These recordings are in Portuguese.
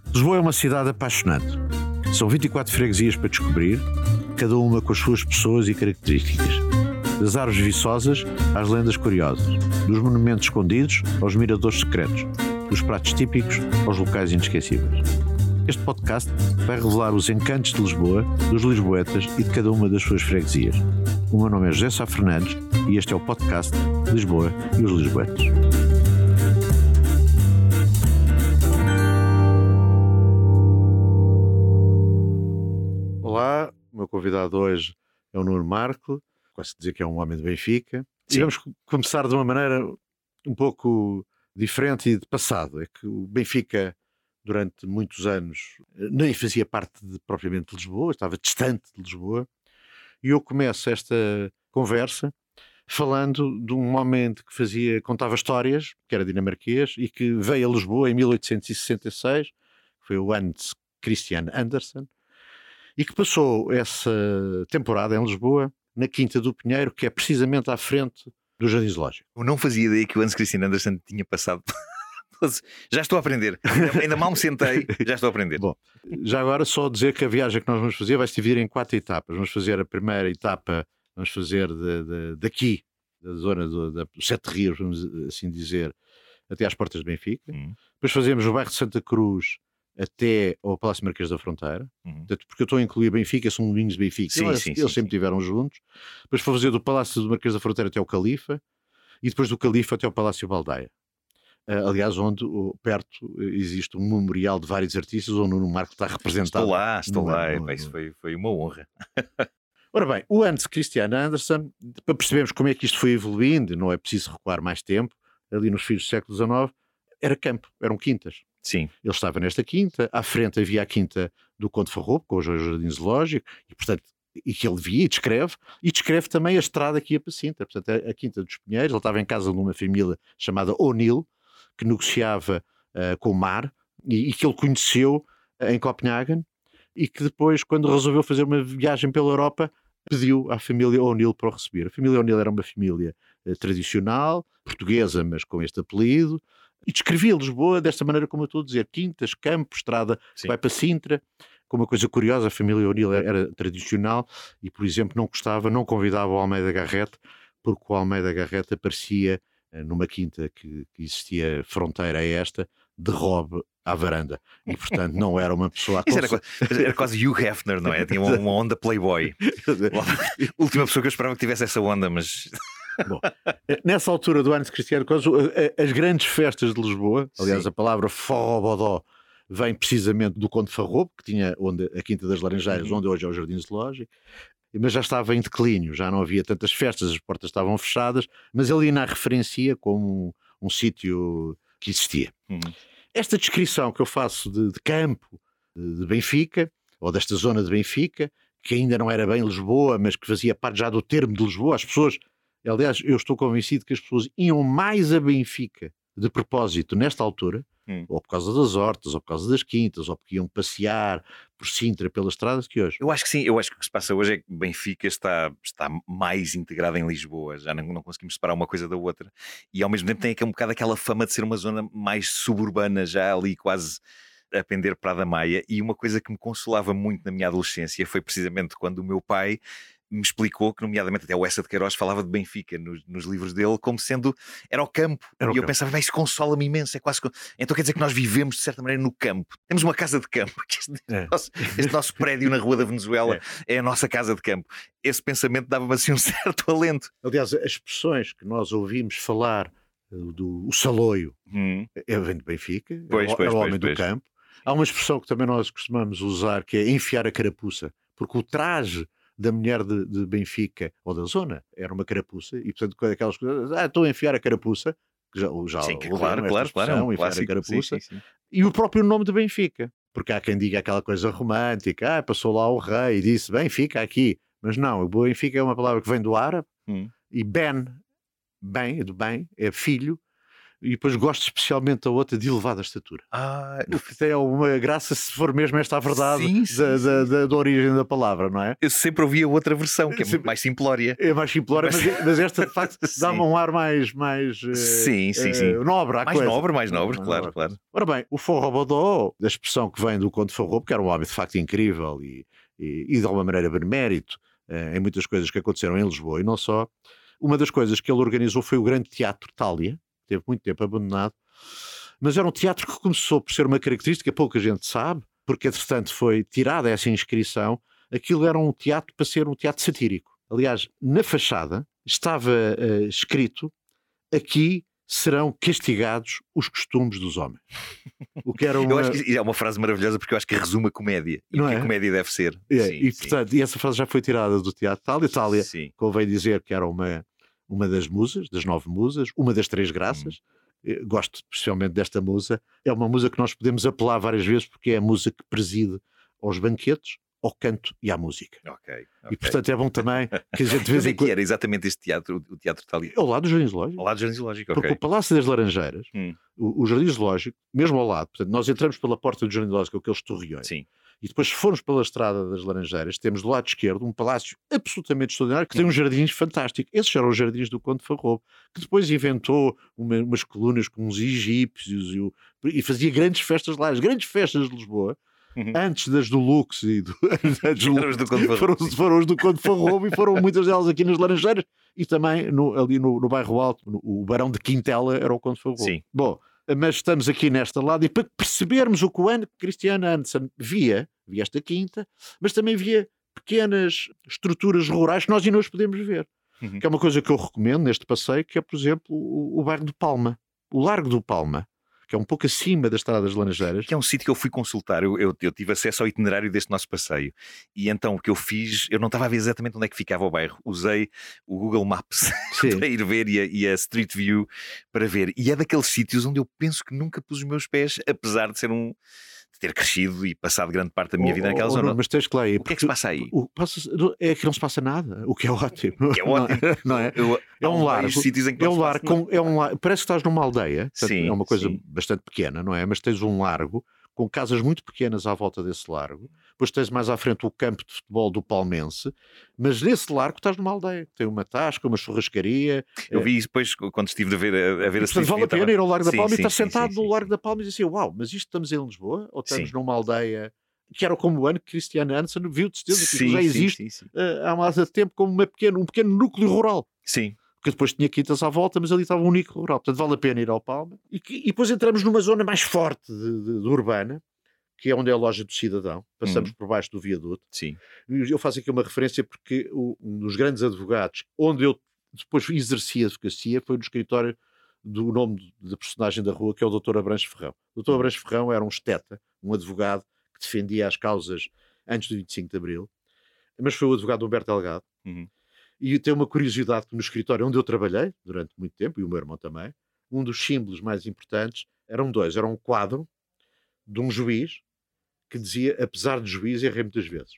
Lisboa é uma cidade apaixonante. São 24 freguesias para descobrir, cada uma com as suas pessoas e características. Das árvores viçosas às lendas curiosas, dos monumentos escondidos aos miradores secretos, dos pratos típicos aos locais inesquecíveis. Este podcast vai revelar os encantos de Lisboa, dos lisboetas e de cada uma das suas freguesias. O meu nome é José Sá Fernandes e este é o podcast Lisboa e os Lisboetas. Olá, o meu convidado hoje é o Nuno Marco, posso dizer que é um homem de Benfica. Sim. E vamos começar de uma maneira um pouco diferente e de passado. É que o Benfica, durante muitos anos, nem fazia parte propriamente de Lisboa, estava distante de Lisboa. E eu começo esta conversa falando de um homem que contava histórias, que era dinamarquês, e que veio a Lisboa em 1866, que foi o Hans Christian Andersen, e que passou essa temporada em Lisboa, na Quinta do Pinheiro, que é precisamente à frente do Jardim Zoológico. Eu não fazia ideia que o Hans Christian Andersen tinha passado. Já estou a aprender. Ainda mal me sentei, já estou a aprender. Bom, já agora só dizer que a viagem que nós vamos fazer vai se dividir em 4 etapas. Vamos fazer a primeira etapa, vamos fazer daqui, da zona dos Sete Rios, vamos assim dizer, até às portas de Benfica. Depois fazemos o bairro de Santa Cruz até ao Palácio Marquês da Fronteira. Portanto, porque eu estou a incluir Benfica, são Moinhos de Benfica. Sim, eles sempre estiveram juntos. Depois vou fazer do Palácio do Marquês da Fronteira até ao Califa e depois do Califa até ao Palácio Baldaia. Aliás, onde perto existe um memorial de vários artistas onde o Nuno Marco está representado. Estou lá. Isso foi uma honra. Ora bem, o Hans Christian Andersen, para percebermos como é que isto foi evoluindo, não é preciso recuar mais tempo, ali nos fins do século XIX, era campo, eram quintas. Sim. Ele estava nesta quinta, à frente havia a quinta do Conde Farroupilha, com o Jardim Zoológico, e portanto, e que ele via e descreve também a estrada que ia para Sintra. Portanto, a Quinta dos Pinheiros. Ele estava em casa de uma família chamada O'Neill, que negociava com o mar, e que ele conheceu em Copenhagen, e que depois, quando resolveu fazer uma viagem pela Europa, pediu à família O'Neill para o receber. A família O'Neill era uma família tradicional, portuguesa, mas com este apelido, e descrevia Lisboa desta maneira como eu estou a dizer: quintas, campo, estrada que vai para Sintra. Com uma coisa curiosa, a família O'Neill era tradicional e, por exemplo, não convidava o Almeida Garrett, porque o Almeida Garrett aparecia numa quinta que existia fronteira a esta, de robe à varanda. E, portanto, não era uma pessoa... Era quase Hugh Hefner, não é? Tinha uma onda playboy. Última pessoa que eu esperava que tivesse essa onda, mas... Bom, nessa altura do Hans Christian, as grandes festas de Lisboa, aliás, a palavra forró-bodó vem precisamente do Conde Farroupilha, que tinha a Quinta das Laranjeiras, onde hoje é o Jardim Zoológico, mas já estava em declínio, já não havia tantas festas, as portas estavam fechadas, mas ele ainda a referencia como um sítio que existia. Esta descrição que eu faço de campo de Benfica, ou desta zona de Benfica, que ainda não era bem Lisboa, mas que fazia parte já do termo de Lisboa, as pessoas, aliás, eu estou convencido que as pessoas iam mais a Benfica de propósito nesta altura, ou por causa das hortas, ou por causa das quintas, ou porque iam passear por Sintra pelas estradas, que hoje. Eu acho que sim, eu acho que o que se passa hoje é que Benfica está mais integrada em Lisboa, já não conseguimos separar uma coisa da outra, e ao mesmo tempo tem um bocado aquela fama de ser uma zona mais suburbana, já ali quase a pender para a da Maia. E uma coisa que me consolava muito na minha adolescência foi precisamente quando o meu pai me explicou que, nomeadamente, até o Essa de Queiroz falava de Benfica nos livros dele como sendo, era o campo. Eu pensava, isso consola-me imenso, é quase... Então quer dizer que nós vivemos, de certa maneira, no campo. Temos uma casa de campo. Este nosso prédio na Rua da Venezuela é a nossa casa de campo. Esse pensamento dava-me assim um certo alento. Aliás, as expressões que nós ouvimos falar do saloio vem de Benfica, é o homem do campo. Há uma expressão que também nós costumamos usar, que é enfiar a carapuça, porque o traje da mulher de Benfica, ou da zona, era uma carapuça, e portanto aquelas coisas, estou a enfiar a carapuça, que já sim, claro, enfiar a carapuça, e o próprio nome de Benfica, porque há quem diga aquela coisa romântica, passou lá o rei e disse, Benfica aqui, mas não, o Benfica é uma palavra que vem do árabe, e bem, é filho, E depois gosto especialmente da outra de elevada estatura. O que tem uma graça se for mesmo esta a verdade da origem da palavra, não é? Eu sempre ouvi a outra versão, que é muito mais simplória. É mais simplória, mas esta de facto dá-me um ar mais sim. nobre à coisa. Mais nobre, claro. Ora bem, o Forró-Bodó, da expressão que vem do Conde Farropo, que era um homem de facto incrível e de alguma maneira benemérito em muitas coisas que aconteceram em Lisboa e não só. Uma das coisas que ele organizou foi o Grande Teatro Thália, teve muito tempo abandonado, mas era um teatro que começou por ser uma característica, pouca gente sabe, porque entretanto foi tirada essa inscrição. Aquilo era um teatro para ser um teatro satírico. Aliás, na fachada estava escrito: aqui serão castigados os costumes dos homens. O que era Eu acho que é uma frase maravilhosa, porque eu acho que resume a comédia e o que a comédia deve ser. Portanto, e essa frase já foi tirada do Teatro Thália. Thália, convém dizer que era uma das musas, das 9 musas, uma das 3 graças. Gosto especialmente desta musa. É uma musa que nós podemos apelar várias vezes, porque é a musa que preside aos banquetes, ao canto e à música. E portanto é bom também que a gente de vez em quando... era exatamente este teatro, o Teatro Thália? Ao lado do Jardim Zoológico. Ao lado do Jardim Zoológico, Porque o Palácio das Laranjeiras, o Jardim Zoológico, mesmo ao lado, portanto, nós entramos pela porta do Jardim Zoológico, aqueles torreões. E depois, se formos pela Estrada das Laranjeiras, temos do lado esquerdo um palácio absolutamente extraordinário que tem uns jardins fantásticos. Esses eram os jardins do Conde Farropo, que depois inventou umas colunas com uns egípcios e fazia grandes festas lá, as grandes festas de Lisboa. Antes das do Lux e foram os do Conde Farropo e foram muitas delas aqui nas Laranjeiras e também ali no Bairro Alto, o Barão de Quintela era o Conde Farropo. Bom, mas estamos aqui nesta lado e para percebermos o que o Christian Andersen via esta quinta, mas também via pequenas estruturas rurais que nós ainda hoje podemos ver. Que é uma coisa que eu recomendo neste passeio, que é, por exemplo, o bairro do Palma, o Largo do Palma, que é um pouco acima da Estrada das Laranjeiras. Que é um sítio que eu fui consultar, eu tive acesso ao itinerário deste nosso passeio e então o que eu fiz, eu não estava a ver exatamente onde é que ficava o bairro, usei o Google Maps para ir ver e a Street View para ver, e é daqueles sítios onde eu penso que nunca pus os meus pés, apesar de ser de ter crescido e passado grande parte da minha vida naquela zona. Mas tens que lá ir. O que é que se passa aí? É que não se passa nada, o que é ótimo. Que é ótimo. Não é? É um largo. Parece que estás numa aldeia. Portanto, é uma coisa bastante pequena, não é? Mas tens um largo com casas muito pequenas à volta desse largo. Depois tens mais à frente o campo de futebol do Palmense, mas nesse largo estás numa aldeia. Tem uma tasca, uma churrascaria. Eu vi isso depois quando estive a ver portanto, vale a pena ir ao Largo da Palma e estar sentado no Largo da Palma e dizer assim, uau, mas isto estamos em Lisboa? Ou estamos numa aldeia que era como o ano que Christian Andersen viu de certeza que já existe há mais de tempo como um pequeno núcleo rural. Porque depois tinha quintas à volta, mas ali estava um único rural. Portanto, vale a pena ir ao Palma. E depois entramos numa zona mais forte de urbana, que é onde é a loja do Cidadão. Passamos por baixo do viaduto. Eu faço aqui uma referência porque um dos grandes advogados, onde eu depois exerci a advocacia, foi no escritório do nome da personagem da rua, que é o Dr. Abranches Ferrão. O Dr. Abranches Ferrão era um esteta, um advogado que defendia as causas antes do 25 de Abril, mas foi o advogado Humberto Delgado. E tem uma curiosidade que no escritório onde eu trabalhei durante muito tempo, e o meu irmão também, um dos símbolos mais importantes eram 2. Era um quadro de um juiz que dizia, apesar de juiz, errei muitas vezes.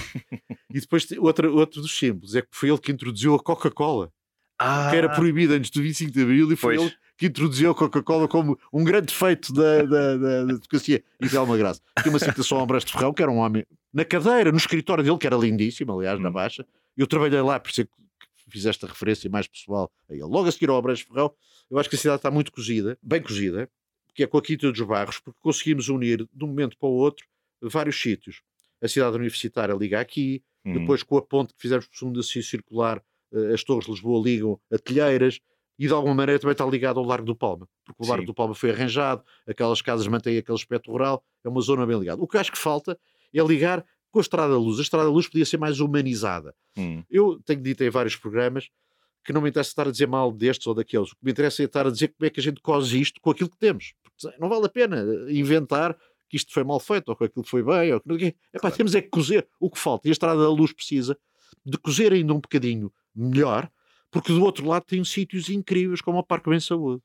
E depois outro dos símbolos é que foi ele que introduziu a Coca-Cola, que era proibida antes do 25 de Abril, e foi ele que introduziu a Coca-Cola como um grande feito da advocacia. Isso é uma graça. Tem uma citação ao Abranches de Ferrão, que era um homem na cadeira, no escritório dele, que era lindíssimo, aliás, na Baixa. Eu trabalhei lá, por isso é que fiz esta referência mais pessoal a ele. Logo a seguir ao Abranches de Ferrão, eu acho que a cidade está muito cozida, bem cozida, que é com a Quinta dos Barros, porque conseguimos unir de um momento para o outro vários sítios. A cidade universitária liga aqui, depois com a ponte que fizemos por segundo assim circular, as Torres de Lisboa ligam a Telheiras, e de alguma maneira também está ligado ao Largo do Palma, porque o Largo do Palma foi arranjado, aquelas casas mantêm aquele aspecto rural, é uma zona bem ligada. O que acho que falta é ligar com a Estrada da Luz. A Estrada da Luz podia ser mais humanizada. Eu tenho dito em vários programas que não me interessa estar a dizer mal destes ou daqueles. O que me interessa é estar a dizer como é que a gente cose isto com aquilo que temos. Porque não vale a pena inventar que isto foi mal feito, ou que aquilo foi bem, ou que... temos é que cozer o que falta. E a Estrada da Luz precisa de cozer ainda um bocadinho melhor, porque do outro lado tem sítios incríveis, como o Parque Bem Saúde.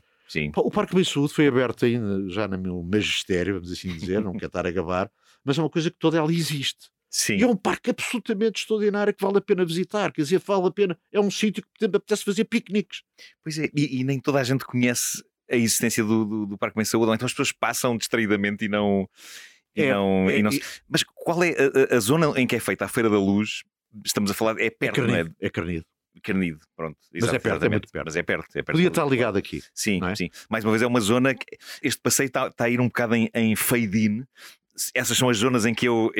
O Parque Bem Saúde foi aberto ainda, já no meu magistério, vamos assim dizer, não quero estar a gabar, mas é uma coisa que toda ela existe. E é um parque absolutamente extraordinário que vale a pena visitar, quer dizer, vale a pena, é um sítio que apetece fazer piqueniques. Pois é, e nem toda a gente conhece a existência do Parque Bem Saúde, ou então as pessoas passam distraidamente e não. Mas qual é a zona em que é feita a Feira da Luz? Estamos a falar, é perto, não é? É Carnido. Carnido, pronto. Mas é perto, é muito perto. Mas é perto. Podia estar ligado aqui. Sim, é? sim. Mais uma vez, é uma zona que este passeio está a ir um bocado em fade-in. Essas são as zonas em que eu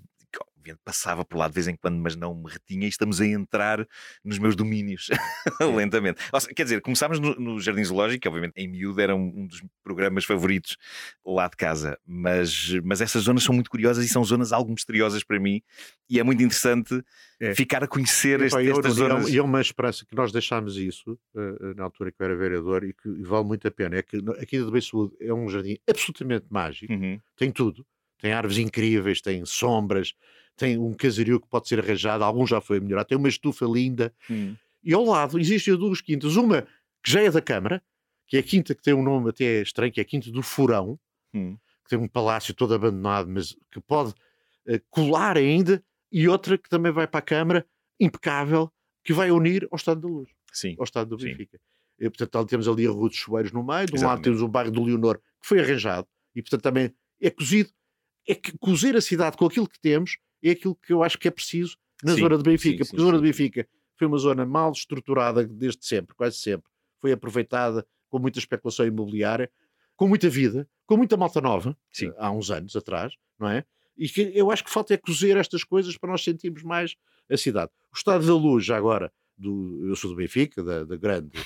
passava por lá de vez em quando, mas não me retinha, e estamos a entrar nos meus domínios lentamente. Quer dizer, começámos no Jardim Zoológico, que obviamente em miúdo era um dos programas favoritos lá de casa, mas essas zonas são muito curiosas e são zonas algo misteriosas para mim, e é muito interessante ficar a conhecer estas zonas. E é uma esperança que nós deixámos isso na altura que eu era vereador, e que vale muito a pena. É que aqui do Bem Saúde é um jardim absolutamente mágico, tem tudo. Tem árvores incríveis, tem sombras, tem um casario que pode ser arranjado, algum já foi melhorado, tem uma estufa linda. E ao lado existem duas quintas, uma que já é da Câmara, que é a quinta que tem um nome até estranho, que é a Quinta do Furão, que tem um palácio todo abandonado, mas que pode colar ainda, e outra que também vai para a Câmara, impecável, que vai unir ao Estado da Luz, ao Estado do Benfica. E, portanto, temos ali a Rua dos Choeiros no meio, de um lado temos o bairro do Leonor, que foi arranjado, e portanto também é cozido. É que cozer a cidade com aquilo que temos é aquilo que eu acho que é preciso na zona de Benfica, porque a zona de Benfica foi uma zona mal estruturada desde sempre, quase sempre. Foi aproveitada com muita especulação imobiliária, com muita vida, com muita malta nova, há uns anos atrás, não é? E que eu acho que falta é cozer estas coisas para nós sentirmos mais a cidade. O Estado da Luz, já agora, eu sou do Benfica, do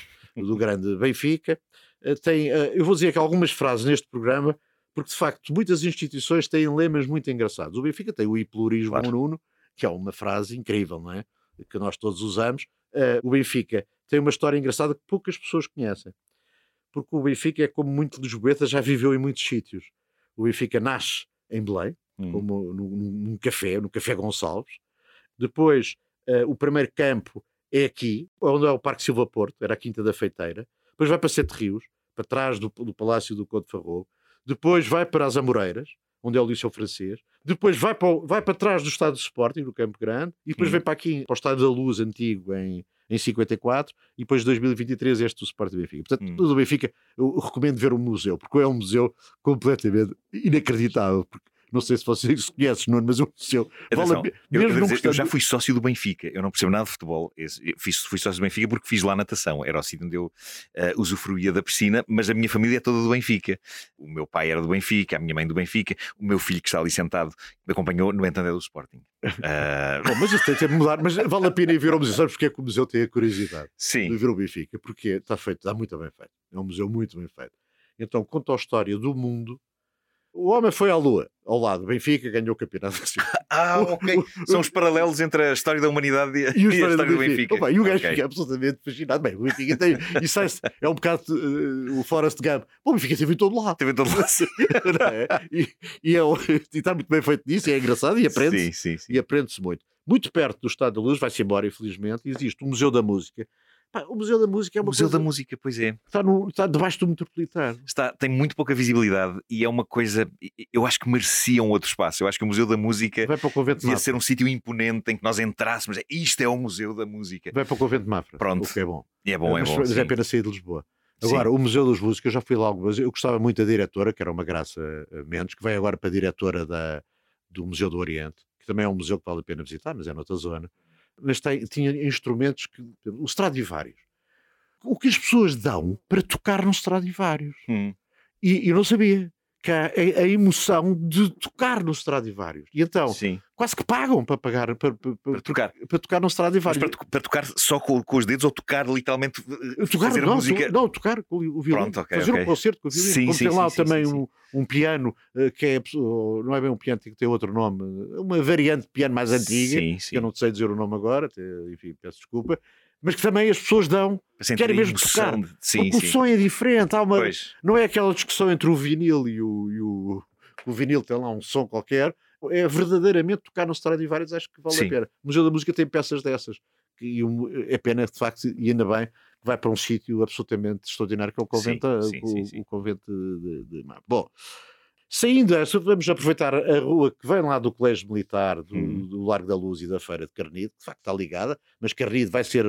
grande Benfica, tem, eu vou dizer que algumas frases neste programa, porque de facto muitas instituições têm lemas muito engraçados. O Benfica tem o I Plurismo Uno, que é uma frase incrível, não é? Que nós todos usamos. O Benfica tem uma história engraçada que poucas pessoas conhecem, porque o Benfica é como muito lisboeta, já viveu em muitos sítios. O Benfica nasce em Belém, como no Café Gonçalves. Depois o primeiro campo é aqui, onde é o Parque Silva Porto, era a Quinta da Feiteira. Depois vai para Sete Rios, para trás do Palácio do Conde Farrogo. Depois vai para as Amoreiras, onde é o Liceu Francês. Depois vai para trás do Estádio do Sporting, no Campo Grande. E depois vem para aqui, para o Estádio da Luz antigo, em 54. E depois, em 2023, este do Sporting Benfica. Portanto, do Benfica, eu recomendo ver o museu, porque é um museu completamente inacreditável. Porque não sei se vocês conhecem, Nuno, mas o museu... Eu já fui sócio do Benfica. Eu não percebo nada de futebol. Fui sócio do Benfica porque fiz lá natação. Era o sítio onde eu usufruía da piscina, mas a minha família é toda do Benfica. O meu pai era do Benfica, a minha mãe do Benfica, o meu filho que está ali sentado me acompanhou, no entanto é do Sporting. Bom, mas isso tem de mudar. Mas vale a pena ir ver o museu. Sabes porque é que o museu tem a curiosidade de ver o Benfica? Porque está muito bem feito. É um museu muito bem feito. Então conta a história do mundo. O homem foi à Lua, ao lado. Benfica ganhou o campeonato nacional. Ok. São os paralelos entre a história da humanidade e a história do Benfica. E o gajo fica absolutamente fascinado. Bem, o Benfica tem. Isso é um bocado o Forrest Gump. O Benfica teve em todo lado. E está muito bem feito nisso, é engraçado e aprende-se. E aprende-se muito. Muito perto do Estado da Luz, vai-se embora, infelizmente, existe o Museu da Música. O Museu da Música é uma coisa... O Museu da Música, pois é. Está debaixo do Metropolitano. Tem muito pouca visibilidade e é uma coisa... Eu acho que merecia um outro espaço. Eu acho que o Museu da Música vai para o Convento de Mafra. Devia ser um sítio imponente em que nós entrássemos. Isto é o Museu da Música. Vai para o Convento de Mafra. Pronto. O que é bom. É bom. Mas é pena sair de Lisboa. Agora, o Museu das Músicas, eu já fui lá algumas vezes. Eu gostava muito da diretora, que era uma Graça Mendes, que vai agora para a diretora do Museu do Oriente, que também é um museu que vale a pena visitar, mas é noutra zona. Mas tinha instrumentos, o Stradivarius. O que as pessoas dão para tocar no Stradivarius. E eu não sabia que há a emoção de tocar no Stradivarius. E então, quase que pagam para pagar para tocar no Stradivarius. Mas para tocar só com os dedos ou tocar literalmente fazer a música? Não, tocar com o violino. Pronto, fazer um concerto com o violino. Como tem lá também um piano, que é, não é bem um piano, tem que ter outro nome, uma variante de piano mais antiga, que eu não sei dizer o nome agora, enfim, peço desculpa. Mas que também as pessoas dão, querem mesmo tocar. Porque o som é diferente. Não é aquela discussão entre o vinil e o vinil tem lá um som qualquer. É verdadeiramente tocar no Stradivarius, acho que vale a pena. O Museu da Música tem peças dessas. E é pena, de facto, e ainda bem, que vai para um sítio absolutamente extraordinário, que é o convento, o convento de Mar. Bom, saindo essa, vamos aproveitar a rua que vem lá do Colégio Militar, do Largo da Luz e da Feira de Carnide, que de facto está ligada, mas Carnide vai ser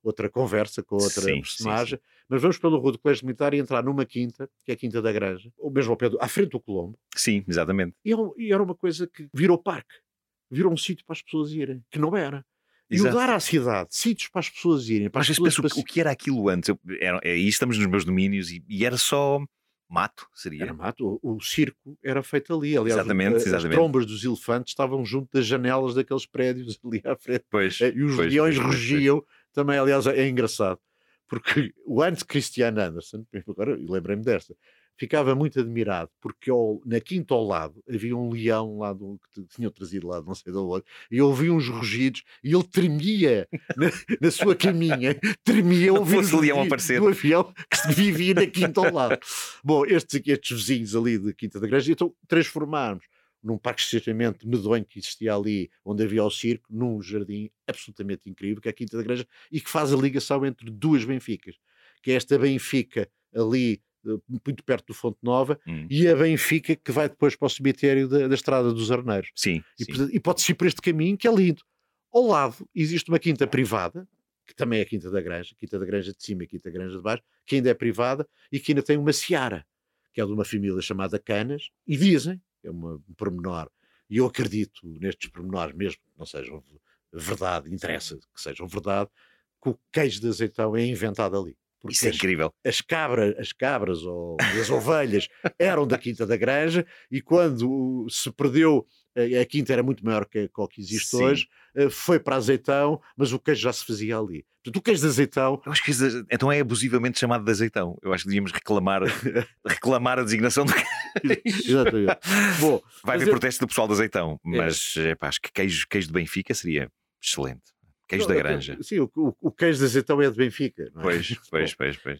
outra conversa com outra Sim, personagem, sim. mas vamos pela rua do Colégio Militar e entrar numa quinta, que é a Quinta da Granja, ou mesmo ao pé à frente do Colombo, Sim, exatamente. e era uma coisa que virou parque, virou um sítio para as pessoas irem, que não era. E o Exato. dar à cidade sítios para as pessoas irem, para Às as vezes pessoas penso o que era aquilo antes. Aí estamos nos meus domínios e era só mato, seria? era mato, o circo era feito ali. Aliás, Exatamente, as exatamente. trombas dos elefantes estavam junto das janelas daqueles prédios ali à frente. Pois, E os pois, leões pois, pois, rugiam. Também, aliás, é engraçado, porque o antes Christian Andersen, agora lembrei-me desta, ficava muito admirado, porque na quinta ao lado havia um leão lá que tinham trazido lá de não sei de onde, e eu ouvi uns rugidos, e ele tremia na sua caminha, tremia ao ouvir os fosse o leão rugidos aparecer. do avião que vivia na quinta ao lado. Bom, estes vizinhos ali da Quinta da Granja, então transformámos num parque de estacionamento medonho que existia ali, onde havia o circo, num jardim absolutamente incrível, que é a Quinta da Granja, e que faz a ligação entre duas Benficas, que é esta Benfica ali, muito perto do Fonte Nova, e a Benfica que vai depois para o cemitério da Estrada dos Arneiros. Sim, E pode-se ir por este caminho, que é lindo. Ao lado existe uma quinta privada, que também é a Quinta da Granja de cima e a Quinta da Granja de baixo, que ainda é privada e que ainda tem uma seara, que é de uma família chamada Canas, e dizem, é um pormenor, e eu acredito nestes pormenores, mesmo que não sejam verdade, interessa que sejam verdade, que o queijo de azeitão é inventado ali. Porque isso é incrível. As cabras ou as ovelhas eram da Quinta da Granja, e quando se perdeu, a quinta era muito maior que o que existe Sim. hoje, foi para azeitão, mas o queijo já se fazia ali. Portanto, o queijo de azeitão... Eu acho que então é abusivamente chamado de azeitão. Eu acho que devíamos reclamar a designação do queijo. Exatamente. Bom, vai haver protesto do pessoal de azeitão, mas epá, acho que queijo de Benfica seria excelente. Queijo da Granja. Sim, o queijo de azeitão é de Benfica. Não é? Pois.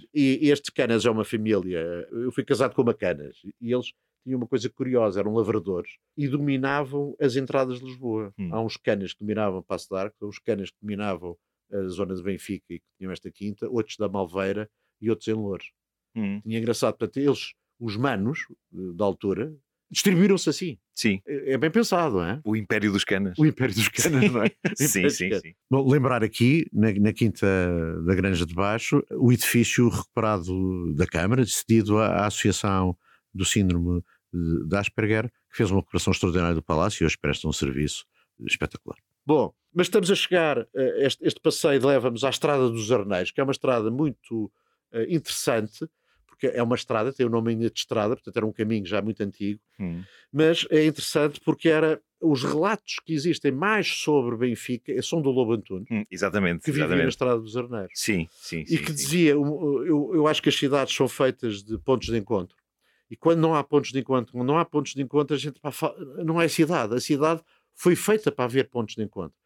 E estes Canas é uma família. Eu fui casado com uma Canas e eles tinham uma coisa curiosa, eram lavradores e dominavam as entradas de Lisboa. Há uns Canas que dominavam Passo de Arcos, há uns Canas que dominavam a zona de Benfica e que tinham esta quinta, outros da Malveira e outros em Loures. Tinha engraçado, portanto, eles, os manos da altura, distribuíram-se assim. Sim. É bem pensado, não é? O Império dos Canas. O Império dos Canas, não é? Sim. Bom, lembrar aqui, na Quinta da Granja de Baixo, o edifício recuperado da Câmara, cedido à Associação do Síndrome de Asperger, que fez uma recuperação extraordinária do Palácio e hoje presta um serviço espetacular. Bom, mas estamos a chegar, este passeio leva-nos à Estrada dos Arneiros, que é uma estrada muito interessante, porque é uma estrada, tem o nome ainda de estrada, portanto era um caminho já muito antigo, mas é interessante porque os relatos que existem mais sobre Benfica são do Lobo Antunes, exatamente, que vivia na Estrada dos Arneiros. Sim. E que dizia, eu acho que as cidades são feitas de pontos de encontro, e quando não há pontos de encontro, a gente não é cidade, a cidade foi feita para haver pontos de encontro.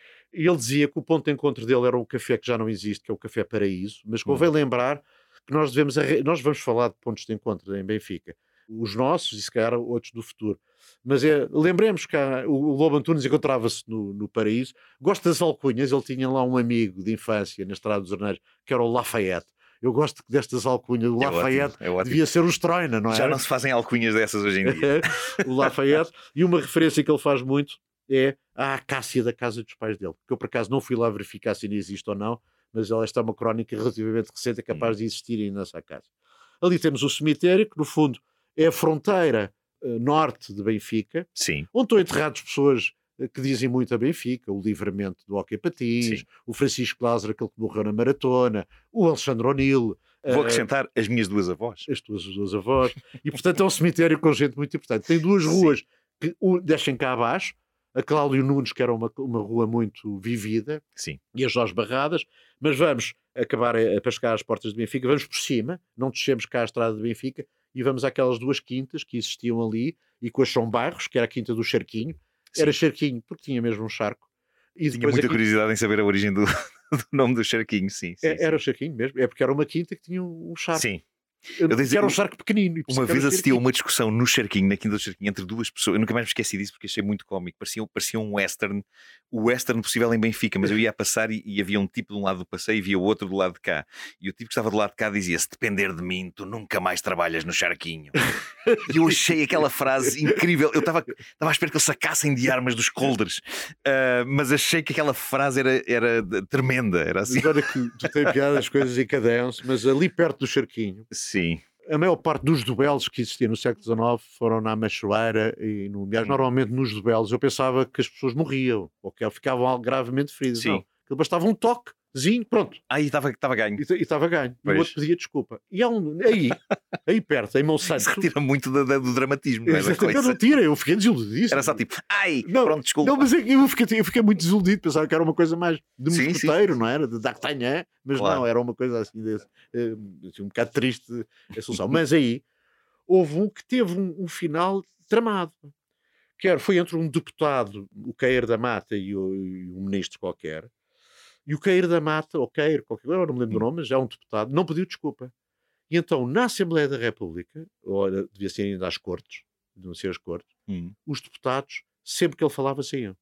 E ele dizia que o ponto de encontro dele era o café que já não existe, que é o Café Paraíso, mas convém lembrar que nós vamos falar de pontos de encontro em Benfica, os nossos e se calhar outros do futuro, mas lembremos que o Lobo Antunes encontrava-se no Paraíso. Gosto das alcunhas, ele tinha lá um amigo de infância na Estrada dos Arneiros que era o Lafayette. Eu gosto destas alcunhas. O Lafayette ótimo. devia ser o Stroina, não é? Já não se fazem alcunhas dessas hoje em dia. O Lafayette. E uma referência que ele faz muito é a acácia da casa dos pais dele, porque eu por acaso não fui lá verificar se ainda existe ou não, mas esta é uma crónica relativamente recente, é capaz de existir ainda nessa casa. Ali temos o cemitério, que no fundo é a fronteira norte de Benfica, Sim. onde estão enterradas pessoas que dizem muito a Benfica, o Livramento do Hóquei Patins, o Francisco Lázaro, aquele que morreu na maratona, o Alexandre O'Neill. Vou acrescentar as minhas duas avós. As tuas duas avós. E portanto é um cemitério com gente muito importante. Tem duas ruas que descem cá abaixo, a Cláudio Nunes, que era uma rua muito vivida, e a Jorge Barradas, mas vamos acabar para chegar às portas de Benfica, vamos por cima, não descemos cá a estrada de Benfica, e vamos àquelas duas quintas que existiam ali, e com a São Barros, que era a quinta do Charquinho. Era Charquinho, porque tinha mesmo um charco. E tinha muita curiosidade em saber a origem do nome do Charquinho, sim. Era o Charquinho mesmo, é porque era uma quinta que tinha um charco. Sim. Que era um charco pequenino. Uma vez assisti a uma discussão no Charquinho, na Quinta do Charquinho, entre duas pessoas. Eu nunca mais me esqueci disso porque achei muito cómico. Parecia um western, o western possível em Benfica, mas eu ia a passar e havia um tipo de um lado do passeio e havia outro do lado de cá. E o tipo que estava do lado de cá dizia: se depender de mim, tu nunca mais trabalhas no Charquinho. E eu achei aquela frase incrível. Eu estava à espera que eles sacassem de armas dos colders, mas achei que aquela frase era tremenda. Era assim. Agora que tu tens piada, as coisas encadeiam-se, mas ali perto do Charquinho, Sim. a maior parte dos duelos que existiam no século XIX foram na Machoeira e no Milhares. Normalmente nos duelos eu pensava que as pessoas morriam ou que ficavam gravemente feridas. Sim. Não, aquilo bastava um toquezinho, pronto. Aí estava ganho. E estava ganho. E o outro pedia desculpa. E há aí perto, em Monsanto. Isso retira muito do dramatismo, não é? Eu não tira, eu fiquei desiludidíssimo. Era só tipo, não, pronto, desculpa. Não, mas eu fiquei muito desiludido, pensava que era uma coisa mais de mosqueteiro, não era? De D'Artagnan, mas claro. Não, era uma coisa assim, um bocado triste a solução. Mas aí houve um que teve um final tramado. Foi entre um deputado, o Queiro da Mata, e um ministro qualquer. E o Queiro da Mata, ou Queiro, qualquer coisa, não me lembro do nome, mas já um deputado, não pediu desculpa. E então, na Assembleia da República, ou devia ser ainda às Cortes, deviam ser as Cortes, os deputados, sempre que ele falava, saíam.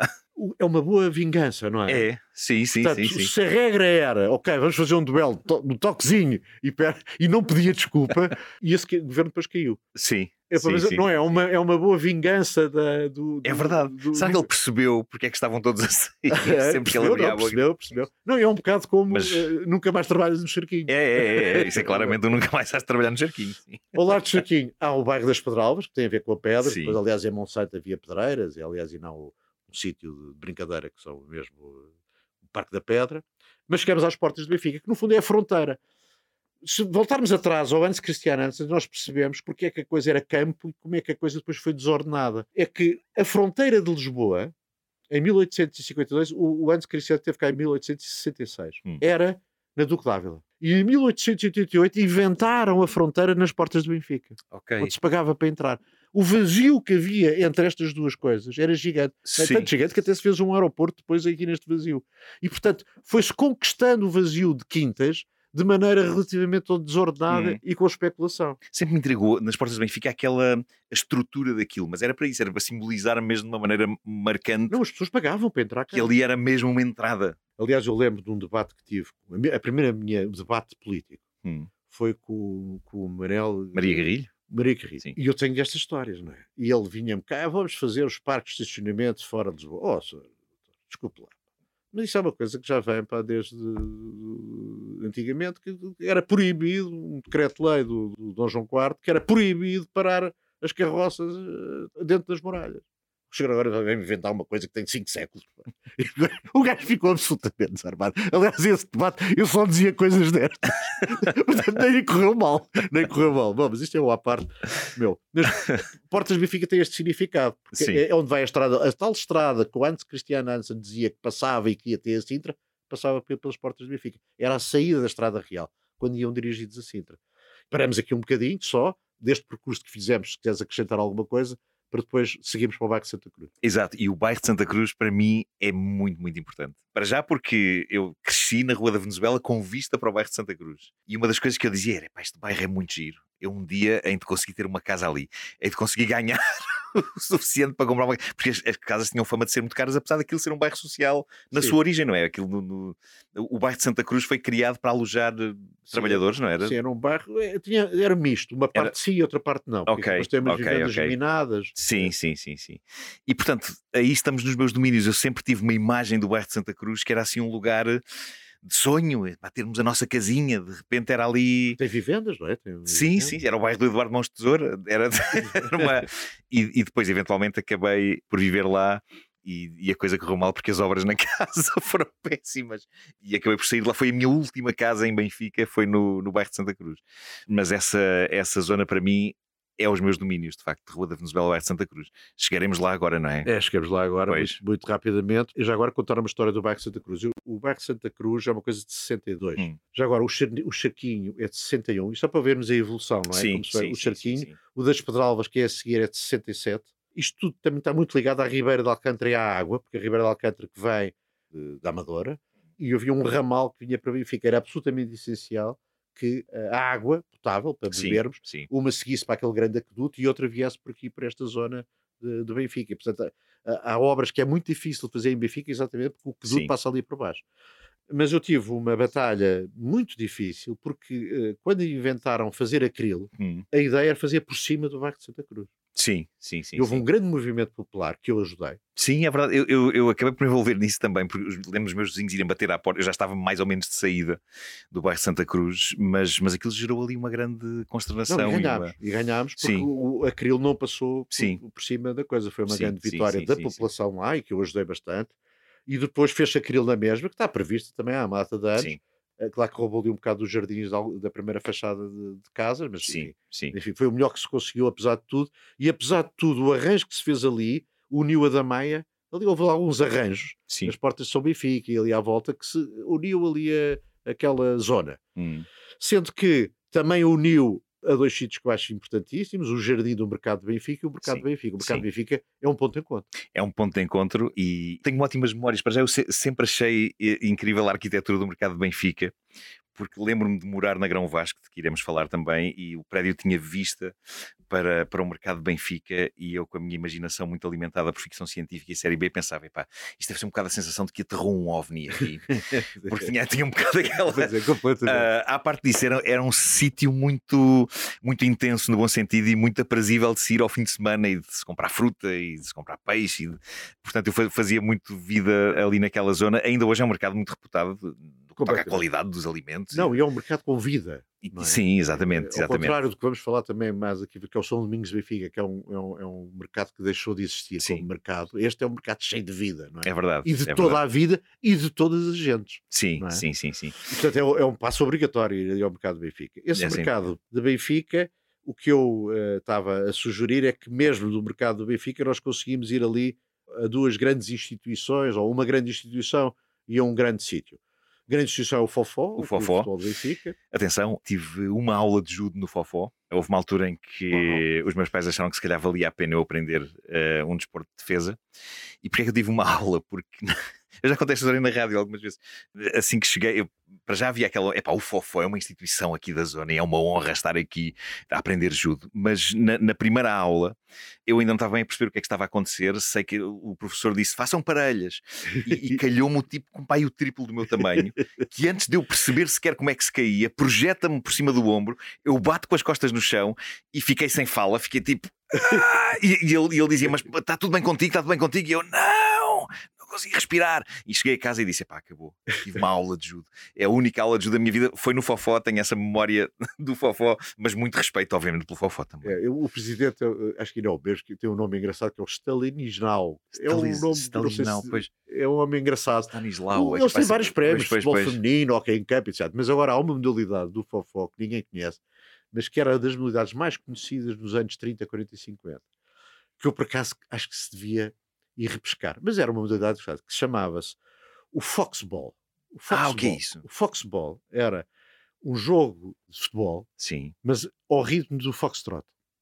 É uma boa vingança, não é? É, sim. Portanto, se a regra era, ok, vamos fazer um duelo no toquezinho e não pedia desculpa, e esse governo depois caiu. Sim. Não é uma boa vingança é verdade. Será que ele percebeu porque é que estavam todos a sair? Sempre que ele abria a boca. Percebeu. Não, é um bocado como nunca mais trabalhas no Charquinho. Isso é claramente nunca mais has de trabalhar no Charquinho. Sim. Ao lado do Charquinho há o bairro das Pedralvas, que tem a ver com a pedra. Depois, aliás, em Monsanto havia pedreiras, e aliás, e não um sítio de brincadeira, que são mesmo o Parque da Pedra. Mas chegamos às portas de Benfica, que no fundo é a fronteira. Se voltarmos atrás ao Hans Christian Andersen, nós percebemos porque é que a coisa era campo e como é que a coisa depois foi desordenada. É que a fronteira de Lisboa, em 1852, o Hans Christian teve cá em 1866, era na Duque d'Ávila. E em 1888 inventaram a fronteira nas portas de Benfica, onde se pagava para entrar. O vazio que havia entre estas duas coisas era gigante. É tanto gigante que até se fez um aeroporto depois aqui neste vazio. E, portanto, foi-se conquistando o vazio de quintas de maneira relativamente desordenada e com especulação. Sempre me intrigou, nas portas de Benfica, a estrutura daquilo, mas era para isso, era para simbolizar mesmo de uma maneira marcante. Não, as pessoas pagavam para entrar cá. Que ali era mesmo uma entrada. Aliás, eu lembro de um debate que tive, a primeira minha debate político, foi com o Maria Garrilho. Sim. E eu tenho estas histórias, não é? E ele vinha-me cá, vamos fazer os parques de estacionamento fora de Lisboa. Senhor, desculpe lá. Mas isso é uma coisa que já vem desde antigamente, que era proibido, um decreto-lei do Dom João IV, que era proibido parar as carroças dentro das muralhas. Chegar agora vai inventar uma coisa que tem 5 séculos. O gajo ficou absolutamente desarmado. Aliás, esse debate, eu só dizia coisas destas. Portanto, nem correu mal. Bom, mas isto é à parte. Nas portas de Benfica tem este significado. Porque é onde vai a estrada. A tal estrada que o Hans Christian Andersen dizia que passava e que ia ter a Sintra, passava pelas portas de Benfica. Era a saída da Estrada Real, quando iam dirigidos a Sintra. Paramos aqui um bocadinho só, deste percurso que fizemos, se queres acrescentar alguma coisa, para depois seguirmos para o bairro de Santa Cruz. Exato, e o bairro de Santa Cruz para mim é muito, muito importante. Para já porque eu cresci na Rua da Venezuela com vista para o bairro de Santa Cruz. E uma das coisas que eu dizia era, este bairro é muito giro. Eu um dia hei de conseguir ter uma casa ali. Hei de conseguir ganhar o suficiente para comprar uma... Porque as casas tinham fama de ser muito caras, apesar daquilo ser um bairro social na sua origem, não é? Aquilo o bairro de Santa Cruz foi criado para alojar trabalhadores, não era? Sim, era um bairro... Era misto. Uma parte sim e outra parte não. Depois tem umas vivendas geminadas. Sim. E, portanto, aí estamos nos meus domínios. Eu sempre tive uma imagem do bairro de Santa Cruz que era assim um lugar de sonho, para termos a nossa casinha. De repente era ali... Tem vivendas, não é? Sim, era o bairro do Eduardo Mãos de Tesoura. Era uma... e depois, eventualmente, acabei por viver lá. E a coisa correu mal porque as obras na casa foram péssimas. E acabei por sair de lá. Foi a minha última casa em Benfica, foi no bairro de Santa Cruz. Mas essa zona para mim é os meus domínios, de facto, de Rua da Venezuela, bairro de Santa Cruz. Chegaremos lá agora, não é? Chegamos lá agora muito rapidamente. E já agora contar uma história do bairro de Santa Cruz. O bairro de Santa Cruz é uma coisa de 62. Já agora o Charquinho é de 61. Isto é para vermos a evolução, não é? Sim, o Charquinho. Sim. O das Pedralvas, que é a seguir, é de 67. Isto tudo também está muito ligado à Ribeira de Alcântara e à água, porque a Ribeira de Alcântara que vem da Amadora, e havia um ramal que vinha para Benfica, era absolutamente essencial, que a água potável para Sim, bebermos, sim. uma seguisse para aquele grande aqueduto e outra viesse por aqui, por esta zona de Benfica. E, portanto, há obras que é muito difícil de fazer em Benfica, exatamente porque o aqueduto Sim. passa ali por baixo. Mas eu tive uma batalha muito difícil, porque quando inventaram fazer acril, a ideia era fazer por cima do bairro de Santa Cruz. Sim, sim, sim, E houve sim. um grande movimento popular que eu ajudei. Sim, é verdade. Eu acabei por me envolver nisso também, porque lembro dos meus vizinhos irem bater à porta. Eu já estava mais ou menos de saída do bairro de Santa Cruz, mas aquilo gerou ali uma grande consternação. Não, e ganhámos porque Sim. o acril não passou Sim. por cima da coisa. Foi uma Sim, grande sim, vitória sim, da sim, população lá e que eu ajudei bastante. E depois fez-se acril na mesma, que está previsto também há uma data de anos. sim, Claro que roubou ali um bocado dos jardins da primeira fachada de casa, mas sim, sim. enfim, foi o melhor que se conseguiu, apesar de tudo. E apesar de tudo, o arranjo que se fez ali uniu a Damaia. Ali houve alguns arranjos Sim. nas portas de São Benfica e ali à volta que se uniu ali aquela zona. Sendo que também uniu a dois sítios que eu acho importantíssimos, o Jardim do Mercado de Benfica e o Mercado Sim, de Benfica. O Mercado sim. de Benfica é um ponto de encontro. É um ponto de encontro e tenho ótimas memórias. Para já eu sempre achei incrível a arquitetura do Mercado de Benfica, porque lembro-me de morar na Grão Vasco, de que iremos falar também, e o prédio tinha vista para o Mercado de Benfica, e eu, com a minha imaginação muito alimentada por ficção científica e série B, pensava, epá, isto deve ser um bocado a sensação de que aterrou um OVNI aqui, porque tinha um bocado aquela... Pois é, completamente. À parte disso, era um sítio muito, muito intenso, no bom sentido, e muito aprazível de se ir ao fim de semana e de se comprar fruta e de se comprar peixe. Portanto, eu fazia muito vida ali naquela zona. Ainda hoje é um mercado muito reputado, toca a qualidade dos alimentos. Não, e é um mercado com vida. É? Sim, exatamente. Ao contrário do que vamos falar também mais aqui, que é o São Domingos de Benfica, que é um mercado que deixou de existir como mercado. Este é um mercado cheio de vida, não é? É verdade. E de toda a vida e de todas as gentes. Sim, é? sim. E, portanto, é um passo obrigatório ir ao mercado de Benfica. Esse mercado de Benfica, o que eu estava a sugerir é que mesmo do mercado do Benfica nós conseguimos ir ali a duas grandes instituições, ou uma grande instituição e a um grande sítio. Grande instituição é o Fofó, o Fofó. de Benfica. Atenção, tive uma aula de judo no Fofó. Houve uma altura em que os meus pais acharam que se calhar valia a pena eu aprender um desporto de defesa. E porquê é que eu tive uma aula? Porque eu já contei esta história na rádio algumas vezes. Assim que cheguei, para já havia aquela... o Fofó é uma instituição aqui da zona e é uma honra estar aqui a aprender judo. Mas na primeira aula eu ainda não estava bem a perceber o que é que estava a acontecer. Sei que o professor disse, façam parelhas. E calhou-me o tipo com o triplo do meu tamanho, que antes de eu perceber sequer como é que se caía, projeta-me por cima do ombro, eu bato com as costas no chão e fiquei sem fala, fiquei tipo... E ele dizia, mas está tudo bem contigo? Está tudo bem contigo? E eu, não consegui respirar. E cheguei a casa e disse, acabou, tive uma aula de judo. É a única aula de judo da minha vida, foi no Fofó, tenho essa memória do Fofó, mas muito respeito, obviamente, pelo Fofó também. O presidente, acho que não é o mesmo, que tem um nome engraçado, que é o Stanislao. É um nome, Stanislao, pois. É um homem engraçado. Stanislao. Eles têm vários prémios, pois, futebol feminino, hockey em campo, etc. Mas agora há uma modalidade do Fofó que ninguém conhece, mas que era das modalidades mais conhecidas nos anos 30, 40 e 50, que eu por acaso acho que se devia ir repescar, mas era uma modalidade que chamava-se o Foxball. O que é isso? O Foxball era um jogo de futebol, sim, mas ao ritmo do Foxtrot.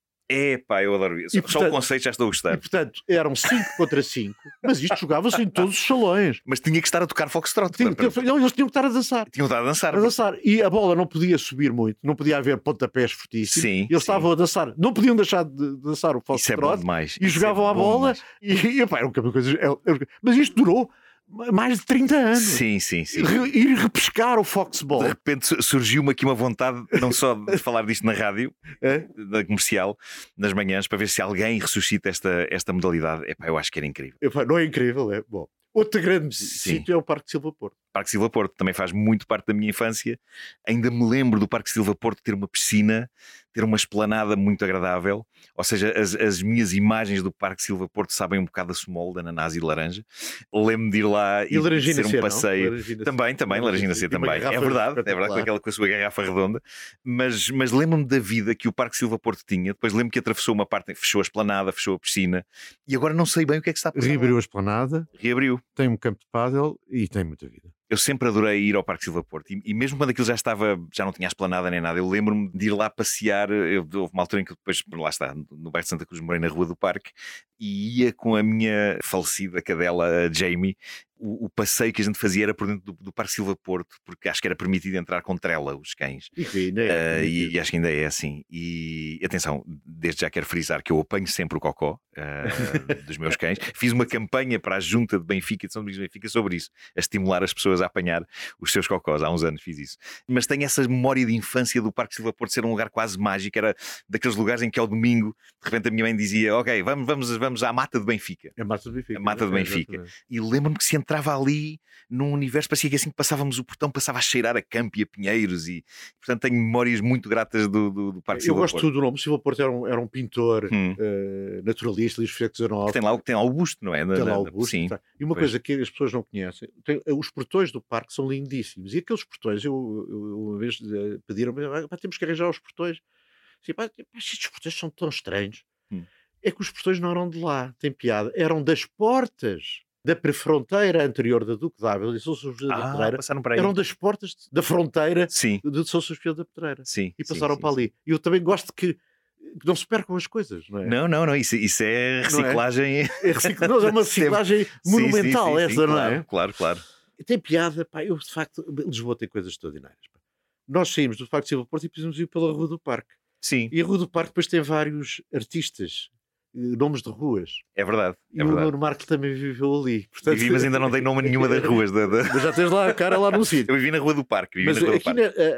Eu adoro isso. Só o conceito já estou a gostar. E portanto eram 5 contra 5, mas isto jogava-se em todos os salões. Mas tinha que estar a tocar Foxtrot. Não, eles tinham que estar a dançar. Tinham que estar a dançar. E a bola não podia subir muito, não podia haver pontapés fortíssimos. Sim, eles estavam a dançar, não podiam deixar de dançar o Foxtrot. Isso é bom demais. E jogavam a bola. Era uma coisa. Mas isto durou mais de 30 anos. Sim. Ir repescar o Foxball. De repente surgiu-me aqui uma vontade, não só de falar disto na rádio, da comercial, nas manhãs, para ver se alguém ressuscita esta modalidade. Eu acho que era incrível. Não é incrível, é bom. Outro grande sítio é o Parque Silva Porto. Parque Silva Porto também faz muito parte da minha infância. Ainda me lembro do Parque Silva Porto ter uma piscina, ter uma esplanada muito agradável. Ou seja, as minhas imagens do Parque Silva Porto sabem um bocado a Somol, de ananás e de laranja. Lembro-me de ir lá e ser um passeio. Também, Larangina C também. É verdade, com a sua garrafa redonda. Mas lembro-me da vida que o Parque Silva Porto tinha. Depois lembro que atravessou uma parte, fechou a esplanada, fechou a piscina. E agora não sei bem o que é que está a passar. Reabriu a esplanada. Reabriu. Tem um campo de pádel e tem muita vida. Eu sempre adorei ir ao Parque Silva Porto e mesmo quando aquilo já não tinha esplanada nem nada, eu lembro-me de ir lá passear. Houve uma altura em que depois, lá está, no bairro de Santa Cruz, morei na Rua do Parque e ia com a minha falecida cadela Jamie o passeio que a gente fazia era por dentro do Parque Silva Porto, porque acho que era permitido entrar com trela os cães. E que ainda é. E acho que ainda é assim. E atenção, desde já quero frisar que eu apanho sempre o cocó dos meus cães. Fiz uma campanha para a Junta de Benfica, de São Domingos de Benfica, sobre isso, a estimular as pessoas a apanhar os seus cocós. Há uns anos fiz isso. Mas tenho essa memória de infância do Parque Silva Porto ser um lugar quase mágico. Era daqueles lugares em que ao domingo, de repente a minha mãe dizia: ok, vamos à Mata de Benfica. A Mata de Benfica. A Mata de Benfica. E lembro-me que se entrava ali num universo, parecia que assim que passávamos o portão passava a cheirar a campo e a pinheiros, e portanto tenho memórias muito gratas do Parque Silva Porto. Eu gosto do nome. Silva Porto era um pintor naturalista do século XIX. Tem lá o busto, não é? Tem lá o busto. Sim. E uma coisa que as pessoas não conhecem, os portões do parque são lindíssimos. E aqueles portões, eu uma vez pediram-me: temos que arranjar os portões. Assim, estes portões são tão estranhos. É que os portões não eram de lá, tem piada, eram das portas da fronteira anterior da Duque de Ávila e São Sofia da Pedreira, eram das portas da fronteira de São Sofia da Pedreira. E passaram para ali. E eu também gosto que não se percam as coisas, não é? Não, isso é reciclagem. Não é uma reciclagem monumental, essa, não é? Claro. Tem piada, pá, eu de facto, Lisboa tem coisas extraordinárias. Pá. Nós saímos do Parque Silva Porto e precisamos ir pela Rua do Parque. Sim. E a Rua do Parque depois tem vários artistas, nomes de ruas. É verdade. E o Nuno Marco também viveu ali. Portanto... Vivi, mas ainda não dei nome a nenhuma das ruas. Mas já tens lá a cara lá no sítio. Eu vivi na Rua do Parque. Mas aqui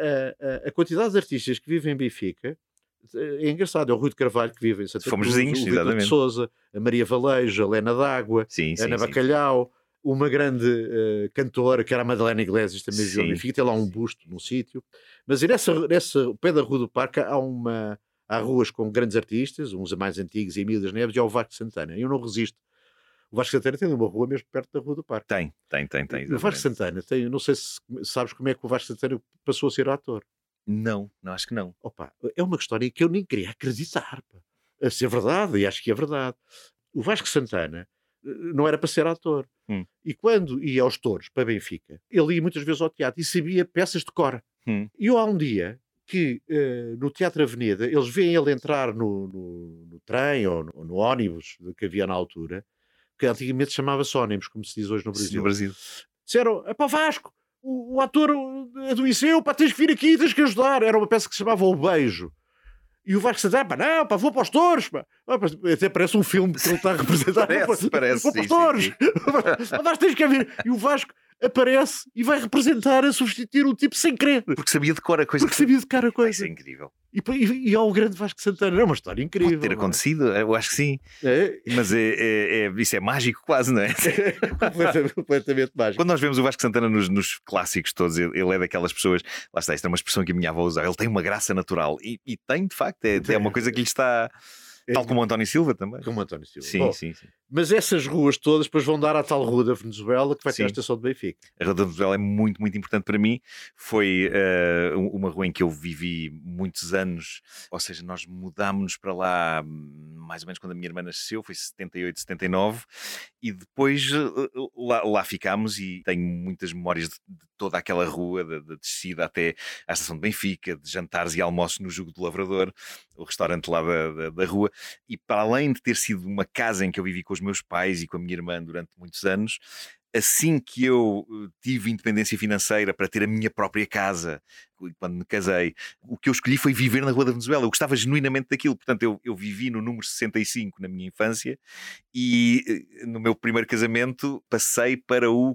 a quantidade de artistas que vivem em Benfica é engraçado. É o Rui de Carvalho que vive em Santa Cruz. Fomos vizinhos, o Vítor de Sousa, a Maria Valejo, a Lena D'Água, a Ana Bacalhau, uma grande cantora que era a Madalena Iglesias, também viveu em Benfica. Tem lá um busto num sítio. Mas nessa pé da Rua do Parque há ruas com grandes artistas, uns mais antigos, Emílio das Neves, e há o Vasco Santana. Eu não resisto. O Vasco Santana tem uma rua mesmo perto da Rua do Parque. Tem. O Vasco Santana tem, não sei se sabes como é que o Vasco Santana passou a ser ator. Não, acho que não. Opa, é uma história que eu nem queria acreditar. Pá. A ser verdade, e acho que é verdade. O Vasco Santana não era para ser ator. E quando ia aos touros, para Benfica, ele ia muitas vezes ao teatro e sabia peças de cor. E eu há um dia que no Teatro Avenida eles veem ele entrar no trem ou no ônibus que havia na altura, que antigamente chamava-se ónibus, como se diz hoje no Brasil. No Brasil. Disseram: pá, Vasco, o ator adoeceu, pá, tens que vir aqui, tens que ajudar. Era uma peça que se chamava O Beijo. E o Vasco Santana: pá, não, pá, vou para os touros, pá. Até parece um filme que ele está a representar. Parece. Vou para os touros. Mas tens que vir. E o Vasco aparece e vai representar a substituir um tipo sem querer. Porque sabia de cor a coisa. Isso é incrível. E há o grande Vasco Santana. É uma história incrível. Pode ter acontecido, eu acho que sim. Mas isso é mágico quase, não é? Completamente mágico. Quando nós vemos o Vasco Santana nos clássicos todos, ele é daquelas pessoas, lá está, esta é uma expressão que a minha avó usa, ele tem uma graça natural e tem, de facto, é uma coisa que lhe está... Tal como o António Silva também. Como o António Silva. Sim. Mas essas ruas todas depois vão dar à tal Rua da Venezuela que vai ter a estação de Benfica. A Rua da Venezuela é muito, muito importante para mim. Foi uma rua em que eu vivi muitos anos. Ou seja, nós mudámos-nos para lá mais ou menos quando a minha irmã nasceu. Foi 78, 79. E depois lá ficámos e tenho muitas memórias de toda aquela rua, da descida até à estação de Benfica, de jantares e almoços no Jugo do Lavrador, o restaurante lá da rua. E para além de ter sido uma casa em que eu vivi com os meus pais e com a minha irmã durante muitos anos, assim que eu tive independência financeira para ter a minha própria casa, quando me casei, o que eu escolhi foi viver na Rua da Venezuela. Eu gostava genuinamente daquilo. Portanto, eu vivi no número 65 na minha infância e no meu primeiro casamento passei para o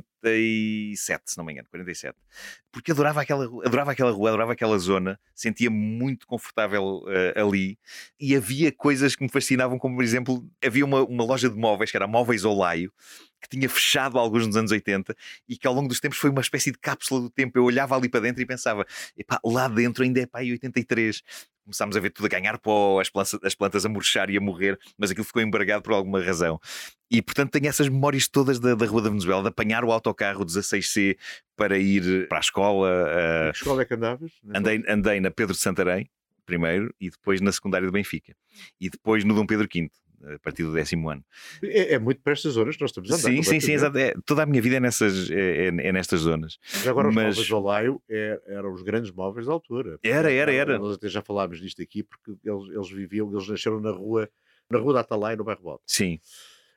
47, se não me engano, 47. Porque adorava aquela rua, adorava aquela zona, sentia-me muito confortável ali e havia coisas que me fascinavam, como por exemplo, havia uma loja de móveis, que era Móveis Olaio, que tinha fechado alguns nos anos 80 e que ao longo dos tempos foi uma espécie de cápsula do tempo. Eu olhava ali para dentro e pensava, epá, lá dentro ainda é pá, 83. Começámos a ver tudo a ganhar pó, as plantas a murchar e a morrer, mas aquilo ficou embargado por alguma razão. E portanto tenho essas memórias todas da Rua da Venezuela, de apanhar o autocarro 16C para ir para a escola. Que escola é que andavas? Andei na Pedro de Santarém primeiro e depois na secundária de Benfica. E depois no Dom Pedro V. A partir do 10º ano. É muito para estas zonas que nós estamos a andar. Sim, exato. Toda a minha vida é nestas zonas. Mas agora os móveis do Olaio eram os grandes móveis da altura. Era. Nós até já falámos disto aqui porque eles nasceram na rua da Atalaia, no bairro Alto. Sim.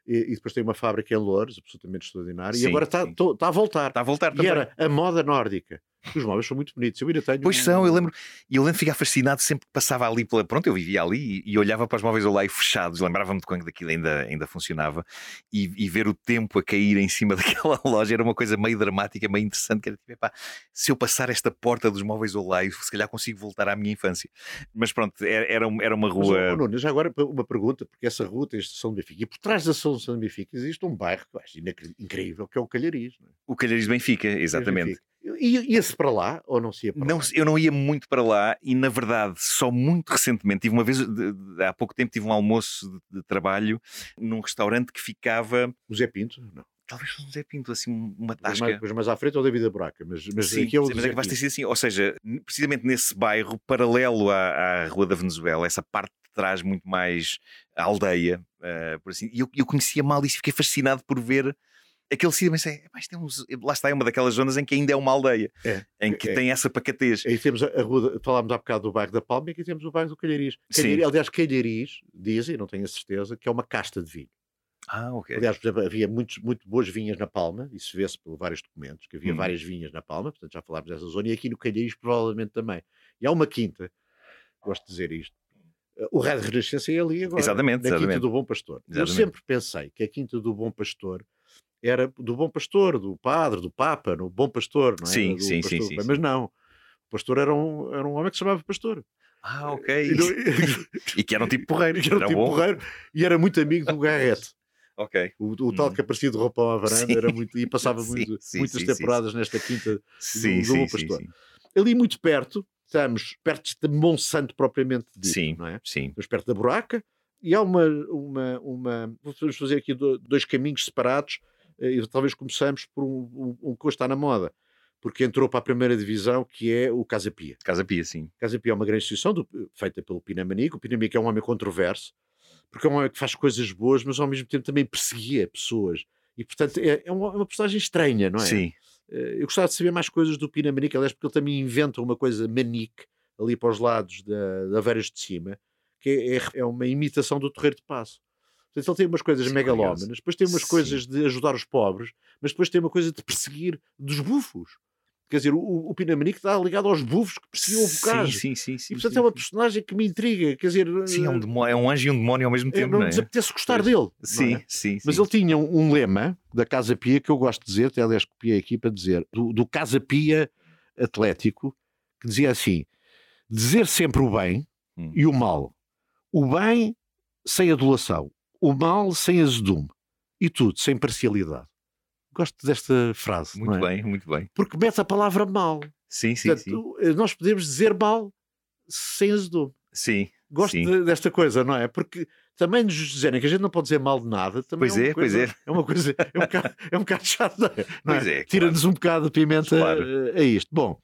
e depois tem uma fábrica em Loures, absolutamente extraordinária, e Sim, agora está sim. a voltar. Está a voltar E também. era a moda nórdica. Os móveis são muito bonitos. Eu ainda tenho. Pois são, eu lembro de ficar fascinado sempre que passava ali pela. Pronto, eu vivia ali e olhava para os móveis Olay fechados, lembrava-me de quando aquilo ainda funcionava, e ver o tempo a cair em cima daquela loja era uma coisa meio dramática, meio interessante. Que era tipo, epá, se eu passar esta porta dos móveis Olay, se calhar consigo voltar à minha infância. Mas pronto, era uma Mas, rua. Nuno, já agora uma pergunta, porque essa rua tem a Estação de Benfica, e por trás da Estação de Benfica existe um bairro que eu acho incrível, que é o Calhariz. Não é? O Calhariz de Benfica, exatamente. E ia-se para lá ou não se ia para lá? Eu não ia muito para lá e, na verdade, só muito recentemente, tive uma vez, há pouco tempo, tive um almoço de trabalho num restaurante que ficava. O Zé Pinto? Não. Talvez fosse um Zé Pinto, assim, uma tasca. Depois mais à frente é o David da Buraca, mas Sim, aqui é o mas é Zé capaz de ter Pinto. sido assim. Ou seja, precisamente nesse bairro, paralelo à Rua da Venezuela, essa parte de trás muito mais a aldeia, por assim. E eu conhecia mal isso, fiquei fascinado por ver. Aquele sítio, pensei, lá está, é uma daquelas zonas em que ainda é uma aldeia, em que tem essa pacatez. Aí temos a rua, falámos há bocado do bairro da Palma, e aqui temos o bairro do Calhariz. Aliás, Calhariz, dizem, não tenho a certeza, que é uma casta de vinho. Ok. Aliás, por exemplo, havia muito boas vinhas na Palma, isso vê-se por vários documentos, que havia várias vinhas na Palma, portanto já falámos dessa zona, e aqui no Calhariz provavelmente também. E há uma quinta, gosto de dizer isto, o Rádio Renascença é ali agora, Exatamente. Quinta do Bom Pastor. Eu sempre pensei que a Quinta do Bom Pastor era do Bom Pastor, do Padre, do Papa, no Bom Pastor, não é? Sim, Do sim, pastor, sim. Mas não, o pastor era um homem que se chamava Pastor. Ok. E que era um tipo porreiro. Era um tipo porreiro e era muito amigo do Garrett. Ok. O tal que aparecia de roupão à varanda era muito, e passava muitas temporadas nesta Quinta do Bom Pastor. Ali muito perto, estamos perto de Monsanto propriamente dito, não é? Sim. Estamos perto da Buraca e há vamos fazer aqui dois caminhos separados, e talvez começamos por um que hoje está na moda, porque entrou para a primeira divisão, que é o Casa Pia. Casa Pia, sim. Casa Pia é uma grande instituição feita pelo Pinamanique. O Pinamanique é um homem controverso, porque é um homem que faz coisas boas, mas ao mesmo tempo também perseguia pessoas. E, portanto, é uma personagem estranha, não é? Sim. Eu gostava de saber mais coisas do Pinamanique, aliás, porque ele também inventa uma coisa manique ali para os lados da Veras de Cima, que é uma imitação do Terreiro de Paço. Portanto, ele tem umas coisas megalómanas, depois tem umas coisas de ajudar os pobres, mas depois tem uma coisa de perseguir dos bufos. Quer dizer, o Pinamanique está ligado aos bufos que perseguiam o bocage. Sim. E portanto é uma personagem que me intriga. Quer dizer, sim, é um anjo e um demónio ao mesmo tempo. Não nos apetece gostar dele. Sim. Mas ele tinha um lema da Casa Pia que eu gosto de dizer, até aliás copiei aqui para dizer, do Casa Pia Atlético, que dizia assim: dizer sempre o bem e o mal. O bem sem adulação, o mal sem azedume e tudo sem parcialidade. Gosto desta frase. Muito bem, muito bem. Porque mete a palavra mal. Sim. Portanto, nós podemos dizer mal sem azedume. Sim. Gosto desta coisa, não é? Porque também nos dizerem que a gente não pode dizer mal de nada, também pois é. É uma coisa, é um bocado chato, não é? Pois é. Tira-nos um bocado de pimenta a isto. Bom,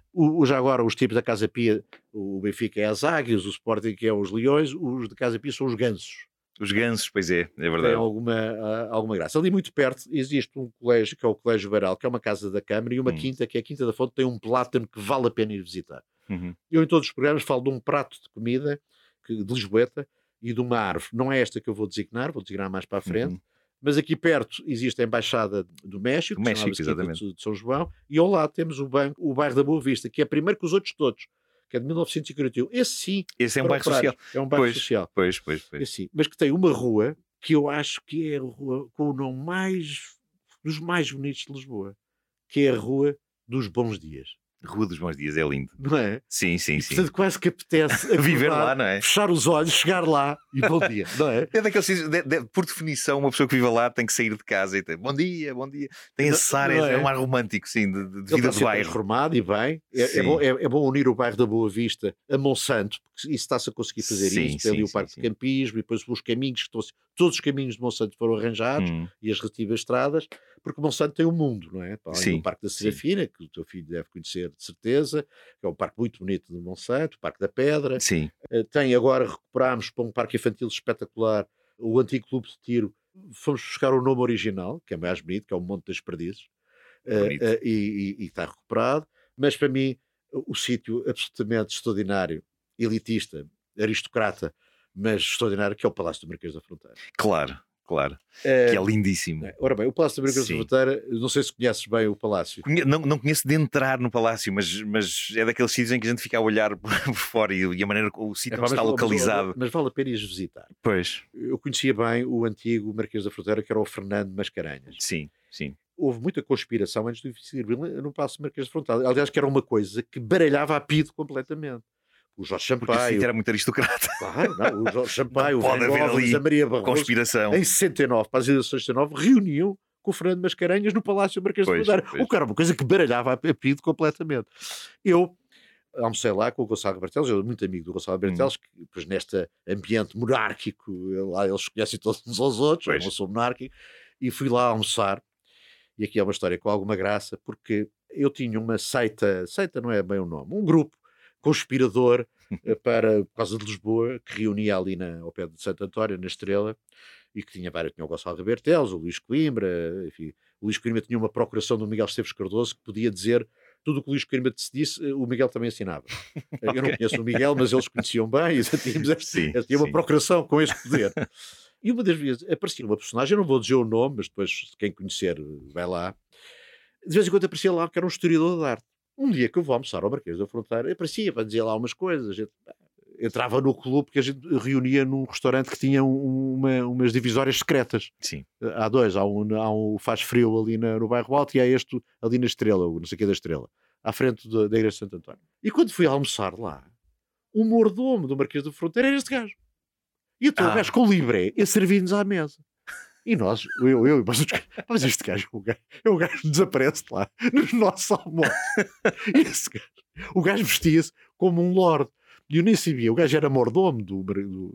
já agora os tipos da Casa Pia, o Benfica é as águias, o Sporting é os leões, os da Casa Pia são os gansos. Os gansos, pois é verdade. Tem alguma graça. Ali muito perto existe um colégio, que é o Colégio Beiral, que é uma casa da Câmara, e uma quinta, que é a Quinta da Fonte, tem um plátano que vale a pena ir visitar. Eu em todos os programas falo de um prato de comida de Lisboeta e de uma árvore. Não é esta que eu vou designar mais para a frente, mas aqui perto existe a Embaixada do México, exatamente, de São João, e ao lado temos o bairro da Boa Vista, que é primeiro que os outros todos, que é de 1941. Esse sim. Esse é um bairro social. É um bairro social. Pois. Esse sim. Mas que tem uma rua que eu acho que é a rua com o nome dos mais bonitos de Lisboa, que é a Rua dos Bons Dias. Rua dos Bons Dias, é lindo. Não é? Sim. Portanto, quase que apetece viver lá, não é? Fechar os olhos, chegar lá e bom dia, não é? É daqueles por definição, uma pessoa que vive lá tem que sair de casa e tem bom dia. Tem esse ar, é um ar romântico, sim, de vida do bairro. Transformado e bem. É bom unir o bairro da Boa Vista a Monsanto, porque isso está-se a conseguir fazer isso. Tem ali o Parque de Campismo e depois os caminhos todos os caminhos de Monsanto foram arranjados e as relativas estradas, porque Monsanto tem um mundo, não é? Para além do Parque da Serafina, que o teu filho deve conhecer de certeza, que é um parque muito bonito de Monsanto, o Parque da Pedra. Sim. Agora recuperámos para um parque infantil espetacular o antigo clube de tiro. Fomos buscar o nome original, que é mais bonito, que é o Monte das Perdizes, e está recuperado. Mas para mim, o sítio absolutamente extraordinário, elitista, aristocrata, mas extraordinário, que é o Palácio do Marquês da Fronteira. Claro. claro. Que é lindíssimo. Ora bem, o Palácio da Marquesa de Fronteira, não sei se conheces bem o Palácio. Não conheço de entrar no Palácio, mas é daqueles sítios em que a gente fica a olhar por fora e a maneira que o sítio está localizado. Mas vale a pena ir visitar. Pois. Eu conhecia bem o antigo Marquês da Fronteira, que era o Fernando Mascarenhas. Sim. Houve muita conspiração antes do Civil no Palácio Marquês de Fronteira. Aliás, que era uma coisa que baralhava a PIDE completamente. O Jorge Sampaio. Porque esse era muito aristocrata. Claro, não, o Jorge Sampaio, o pode haver ali a Maria Barroso, conspiração. em 69, para as eleições de 69, reuniam com o Fernando Mascarenhas no Palácio Marquês de Fronteira. O que era uma coisa que baralhava a PIDE completamente. Eu almocei lá com o Gonçalo Bartelos, eu sou muito amigo do Gonçalo Bartelos, que depois neste ambiente monárquico, lá eles conhecem todos uns aos outros, eu não sou monárquico, e fui lá almoçar. E aqui é uma história com alguma graça, porque eu tinha uma seita não é bem o nome, um grupo conspirador por causa de Lisboa, que reunia ali ao pé de Santo António, na Estrela, e que tinha o Gonçalo Bartelos, o Luís Coimbra, enfim. O Luís Coimbra tinha uma procuração do Miguel Esteves Cardoso que podia dizer tudo o que o Luís Coimbra disse, o Miguel também assinava. Eu não conheço o Miguel, mas eles conheciam bem, e tinha uma procuração com esse poder. E uma das vezes aparecia uma personagem, eu não vou dizer o nome, mas depois quem conhecer vai lá. De vez em quando aparecia lá que era um historiador de arte. Um dia que eu vou almoçar ao Marquês da Fronteira, aparecia para dizer lá umas coisas. A gente entrava no clube que a gente reunia num restaurante que tinha umas divisórias secretas. Sim. Há dois, há um Faz Frio ali no bairro Alto e há este ali na Estrela, o não sei o que da Estrela, à frente da Igreja de Santo António. E quando fui almoçar lá, o mordomo do Marquês da Fronteira era este gajo. E então o gajo com o libré a servir-nos à mesa. E nós, mas este gajo é um gajo que desaparece lá nos nossos almoços. E esse gajo, o gajo vestia-se como um lord. E eu nem sabia, o gajo era mordomo do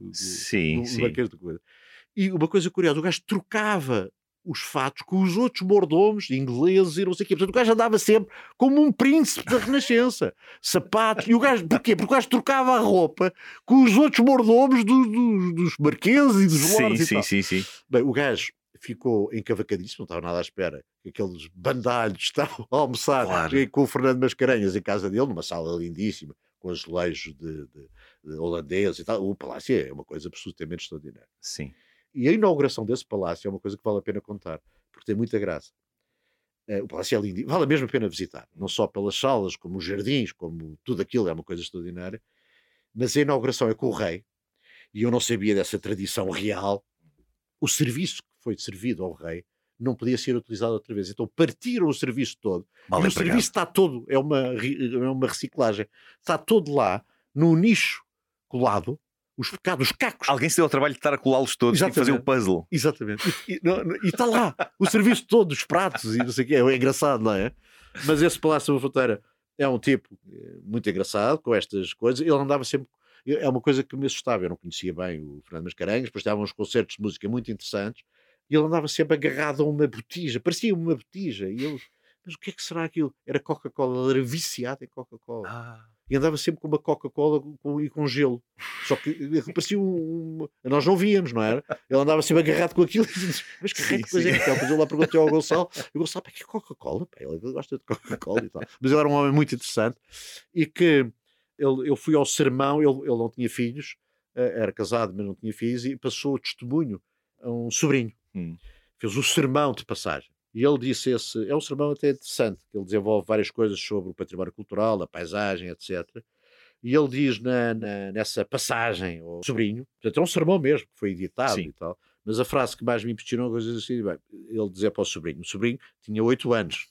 Marquês da Coisa. E uma coisa curiosa, o gajo trocava os fatos com os outros mordomos ingleses e não sei o quê. Portanto, o gajo andava sempre como um príncipe da Renascença. Sapatos. E o gajo, porquê? Porque o gajo trocava a roupa com os outros mordomos dos marqueses e dos lords e tal. Sim. Bem, o gajo ficou encavacadíssimo, não estava nada à espera que aqueles bandalhos estavam a almoçar com o Fernando Mascarenhas em casa dele, numa sala lindíssima, com azulejos de holandeses e tal. O palácio é uma coisa absolutamente extraordinária. Sim. E a inauguração desse palácio é uma coisa que vale a pena contar, porque tem muita graça. O palácio é lindo, vale mesmo a pena visitar, não só pelas salas, como os jardins, como tudo aquilo, é uma coisa extraordinária. Mas a inauguração é com o rei, e eu não sabia dessa tradição real. O serviço que foi servido ao rei não podia ser utilizado outra vez, então partiram o serviço todo, e o serviço está todo, é uma reciclagem, está todo lá, num nicho colado, os cacos. Alguém se deu ao trabalho de estar a colá-los todos e fazer o puzzle. Exatamente. E está lá o serviço todo, os pratos e não sei o quê. É engraçado, não é? Mas esse Palácio da Fronteira é um tipo muito engraçado com estas coisas. Ele andava sempre... É uma coisa que me assustava. Eu não conhecia bem o Fernando Mascarenhas, depois estavam uns concertos de música muito interessantes e ele andava sempre agarrado a uma botija. Parecia uma botija. E ele... Mas o que é que será aquilo? Era Coca-Cola. Ele era viciado em Coca-Cola. E andava sempre com uma Coca-Cola e com gelo. Só que parecia nós não víamos, não era? Ele andava sempre agarrado com aquilo. Mas que coisa é que é? Depois eu lá perguntei ao Gonçalo. E o Gonçalo, que é Coca-Cola? Ele gosta de Coca-Cola e tal. Mas ele era um homem muito interessante. E que eu fui ao sermão, ele não tinha filhos, era casado, mas não tinha filhos, e passou o testemunho a um sobrinho. Fez o sermão de passagem. E ele disse é um sermão até interessante, que ele desenvolve várias coisas sobre o património cultural, a paisagem, etc. E ele diz nessa passagem ao sobrinho, portanto é um sermão mesmo, que foi editado e tal, mas a frase que mais me impressionou, assim, bem, ele dizia para o sobrinho tinha 8 anos.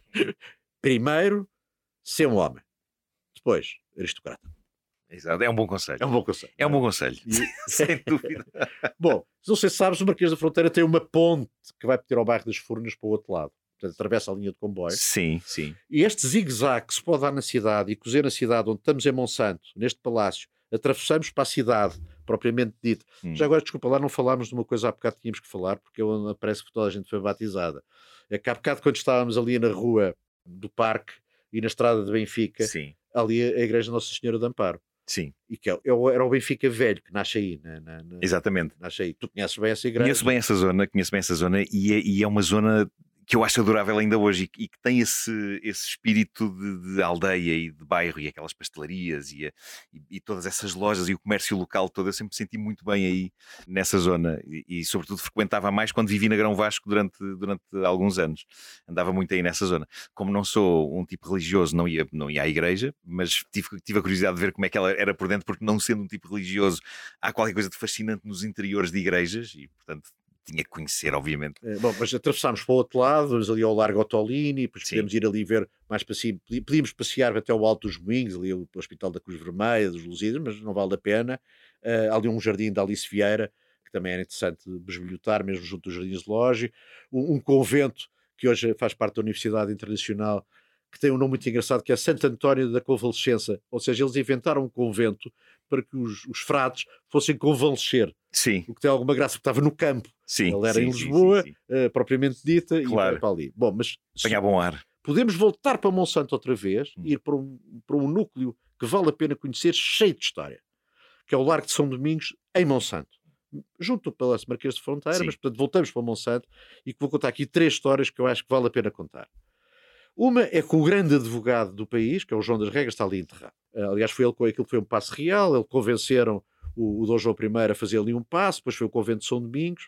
Primeiro, ser um homem. Depois, aristocrata. Exato, é um bom conselho. É um bom conselho. É um bom conselho, sem dúvida. Bom, não sei se sabes, o Marquês da Fronteira tem uma ponte que vai ter ao bairro das Furnas para o outro lado. Portanto, atravessa a linha de comboio. Sim. E este zigue-zague que se pode dar na cidade e cozer na cidade onde estamos em Monsanto, neste palácio, atravessamos para a cidade, propriamente dito. Já agora, desculpa, lá não falámos de uma coisa há bocado que tínhamos que falar, porque parece que toda a gente foi batizada. É que há bocado, quando estávamos ali na rua do Parque e na estrada de Benfica, ali a Igreja Nossa Senhora de Amparo. Sim. E que era o Benfica velho que nasce aí. Exatamente. Nasce aí. Tu conheces bem essa igreja? Conheço bem essa zona e é uma zona que eu acho adorável ainda hoje e que tem esse espírito de aldeia e de bairro e aquelas pastelarias e todas essas lojas e o comércio local todo. Eu sempre me senti muito bem aí nessa zona e sobretudo frequentava mais quando vivi na Grão Vasco durante alguns anos. Andava muito aí nessa zona. Como não sou um tipo religioso, não ia à igreja, mas tive a curiosidade de ver como é que ela era por dentro, porque não sendo um tipo religioso, há qualquer coisa de fascinante nos interiores de igrejas e, portanto, tinha que conhecer, obviamente. Bom, mas atravessámos para o outro lado, vamos ali ao Largo Ottolini, depois podemos ir ali ver mais para cima, podíamos passear até ao Alto dos Moinhos, ali o Hospital da Cruz Vermelha, dos Lusíadas, mas não vale a pena. Há ali um jardim da Alice Vieira, que também era interessante besbilhotar, mesmo junto do Jardim Zoológico. Um convento que hoje faz parte da Universidade Internacional, que tem um nome muito engraçado, que é Santo António da Convalescença. Ou seja, eles inventaram um convento para que os frades fossem convalescer. Sim. O que tem alguma graça, porque estava no campo. Sim, ele era em Lisboa, propriamente dita, claro. E vai para ali. Bom, mas apanhar bom ar. Podemos voltar para Monsanto outra vez e ir para um núcleo que vale a pena conhecer, cheio de história, que é o Largo de São Domingos, em Monsanto. Junto ao Palácio Marquês de Fronteira, mas portanto voltamos para Monsanto e que vou contar aqui 3 histórias que eu acho que vale a pena contar. Uma é com o grande advogado do país, que é o João das Regras, está ali enterrado. Aliás, foi ele com aquilo que foi um passo real, ele convenceram o Dom João I a fazer ali um passo, depois foi o convento de São Domingos,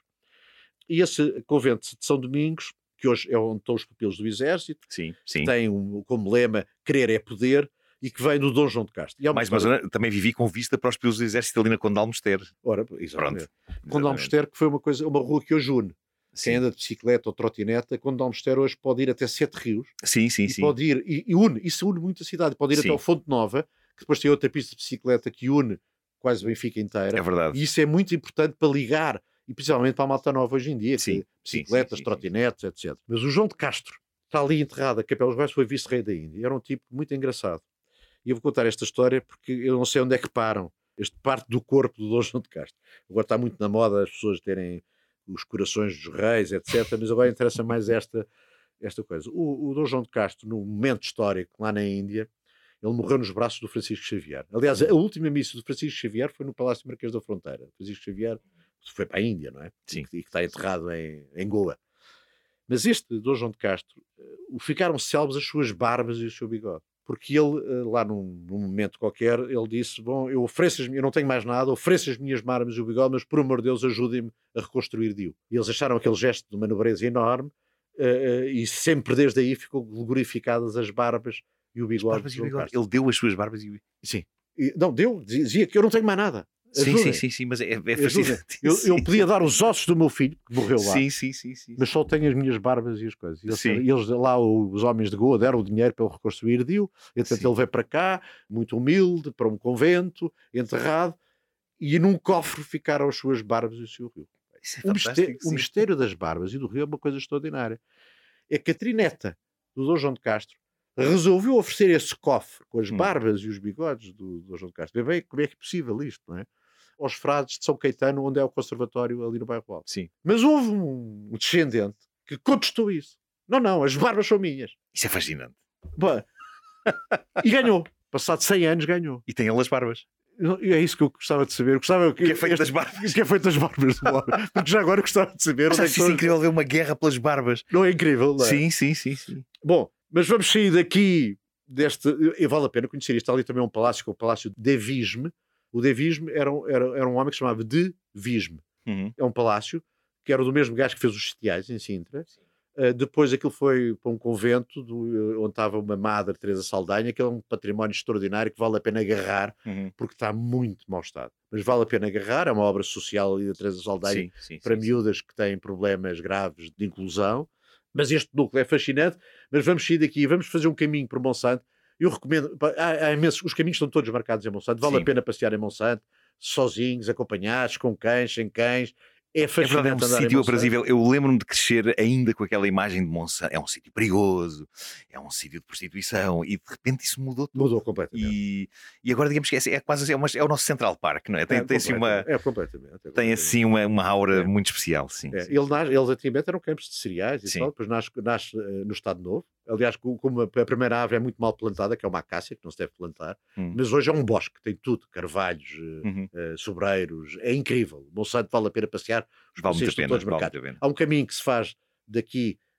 e esse convento de São Domingos, que hoje é onde estão os pupilos do Exército, sim. tem como lema querer é poder, e que vem do Dom João de Castro. Mas também vivi com vista para os pupilos do Exército ali na Conde de Almoster. Ora, exatamente. Conde de Almoster, que foi uma rua que hoje une. Quem anda de bicicleta ou trotineta, Conde de Almoster hoje pode ir até 7 rios. Sim. Pode ir, isso une muito a cidade. Pode ir até ao Fonte Nova, que depois tem outra pista de bicicleta que une quase Benfica inteira. É verdade. E isso é muito importante para ligar, e principalmente para a malta nova hoje em dia, bicicletas, trotinetes, etc. Mas o João de Castro está ali enterrado, a Capelos Baixos, foi vice-rei da Índia. Era um tipo muito engraçado. E eu vou contar esta história porque eu não sei onde é que param este parte do corpo do Dom João de Castro. Agora está muito na moda as pessoas terem os corações dos reis, etc. Mas agora interessa mais esta coisa. O Dom João de Castro, no momento histórico lá na Índia, ele morreu nos braços do Francisco Xavier. Aliás, a última missa do Francisco Xavier foi no Palácio Marquês da Fronteira. Francisco Xavier foi para a Índia, não é? Sim. E que está enterrado em Goa. Mas este Dom João de Castro, ficaram célebres as suas barbas e o seu bigode. Porque ele, lá num momento qualquer, ele disse, bom, eu não tenho mais nada, ofereço as minhas barbas e o bigode, mas por amor de Deus ajudem-me a reconstruir Dio. E eles acharam aquele gesto de uma nobreza enorme, e sempre desde aí ficou glorificadas as barbas e o bigode. Ele deu as suas barbas e o bigode? Sim. Dizia que eu não tenho mais nada. Sim, mas é fascinante. Eu podia dar os ossos do meu filho, que morreu lá, sim. mas só tenho as minhas barbas e as coisas. Eles lá, os homens de Goa, deram o dinheiro para ele reconstruir Dio. Entretanto, ele veio para cá, muito humilde, para um convento, enterrado, e num cofre ficaram as suas barbas e o seu rio. O mistério das barbas e do rio é uma coisa extraordinária. É que a trineta do Dom João de Castro resolveu oferecer esse cofre com as barbas e os bigodes do Dom João de Castro. Bem, como é que é possível isto, não é? Aos frades de São Caetano, onde é o conservatório ali no bairro Alto. Sim. Mas houve um descendente que contestou isso. Não, as barbas são minhas. Isso é fascinante. Bom, e ganhou. Passado 100 anos ganhou. E tem ele as barbas. É isso que eu gostava de saber. O que é feito das barbas. O que é feito das barbas. Porque já agora eu gostava de saber. Mas é incrível ver uma guerra pelas barbas. Não é incrível, não é? Sim. Bom, mas vamos sair daqui e vale a pena conhecer isto. Está ali também um palácio, que é o Palácio de Visme. O de Visme era um homem que se chamava de Visme. É um palácio que era do mesmo gajo que fez os sitiais em Sintra. Depois aquilo foi para um convento onde estava uma Madre Teresa Saldanha, que é um património extraordinário que vale a pena agarrar, porque está muito mau estado. Mas vale a pena agarrar, é uma obra social ali da Teresa Saldanha para miúdas que têm problemas graves de inclusão. Mas este núcleo é fascinante. Mas vamos sair daqui, vamos fazer um caminho por Monsanto. Eu recomendo, há imensos, os caminhos estão todos marcados em Monsanto, vale a pena passear em Monsanto, sozinhos, acompanhados, com cães, sem cães. É fascinante. É um sítio aprazível. Eu lembro-me de crescer ainda com aquela imagem de Monsanto. É um sítio perigoso, é um sítio de prostituição, e de repente isso mudou tudo. Mudou completamente. E agora digamos que é quase o nosso Central Park, não é? Tem assim completamente. Tem assim uma aura muito especial, sim. Eles antigamente eram campos de cereais e tal, depois nasce no Estado Novo. Aliás, como a primeira árvore é muito mal plantada, que é uma acácia, que não se deve plantar, mas hoje é um bosque, tem tudo, carvalhos, sobreiros, é incrível. Monsanto vale a pena passear, os passeios estão todos marcados. Há um caminho que se faz daqui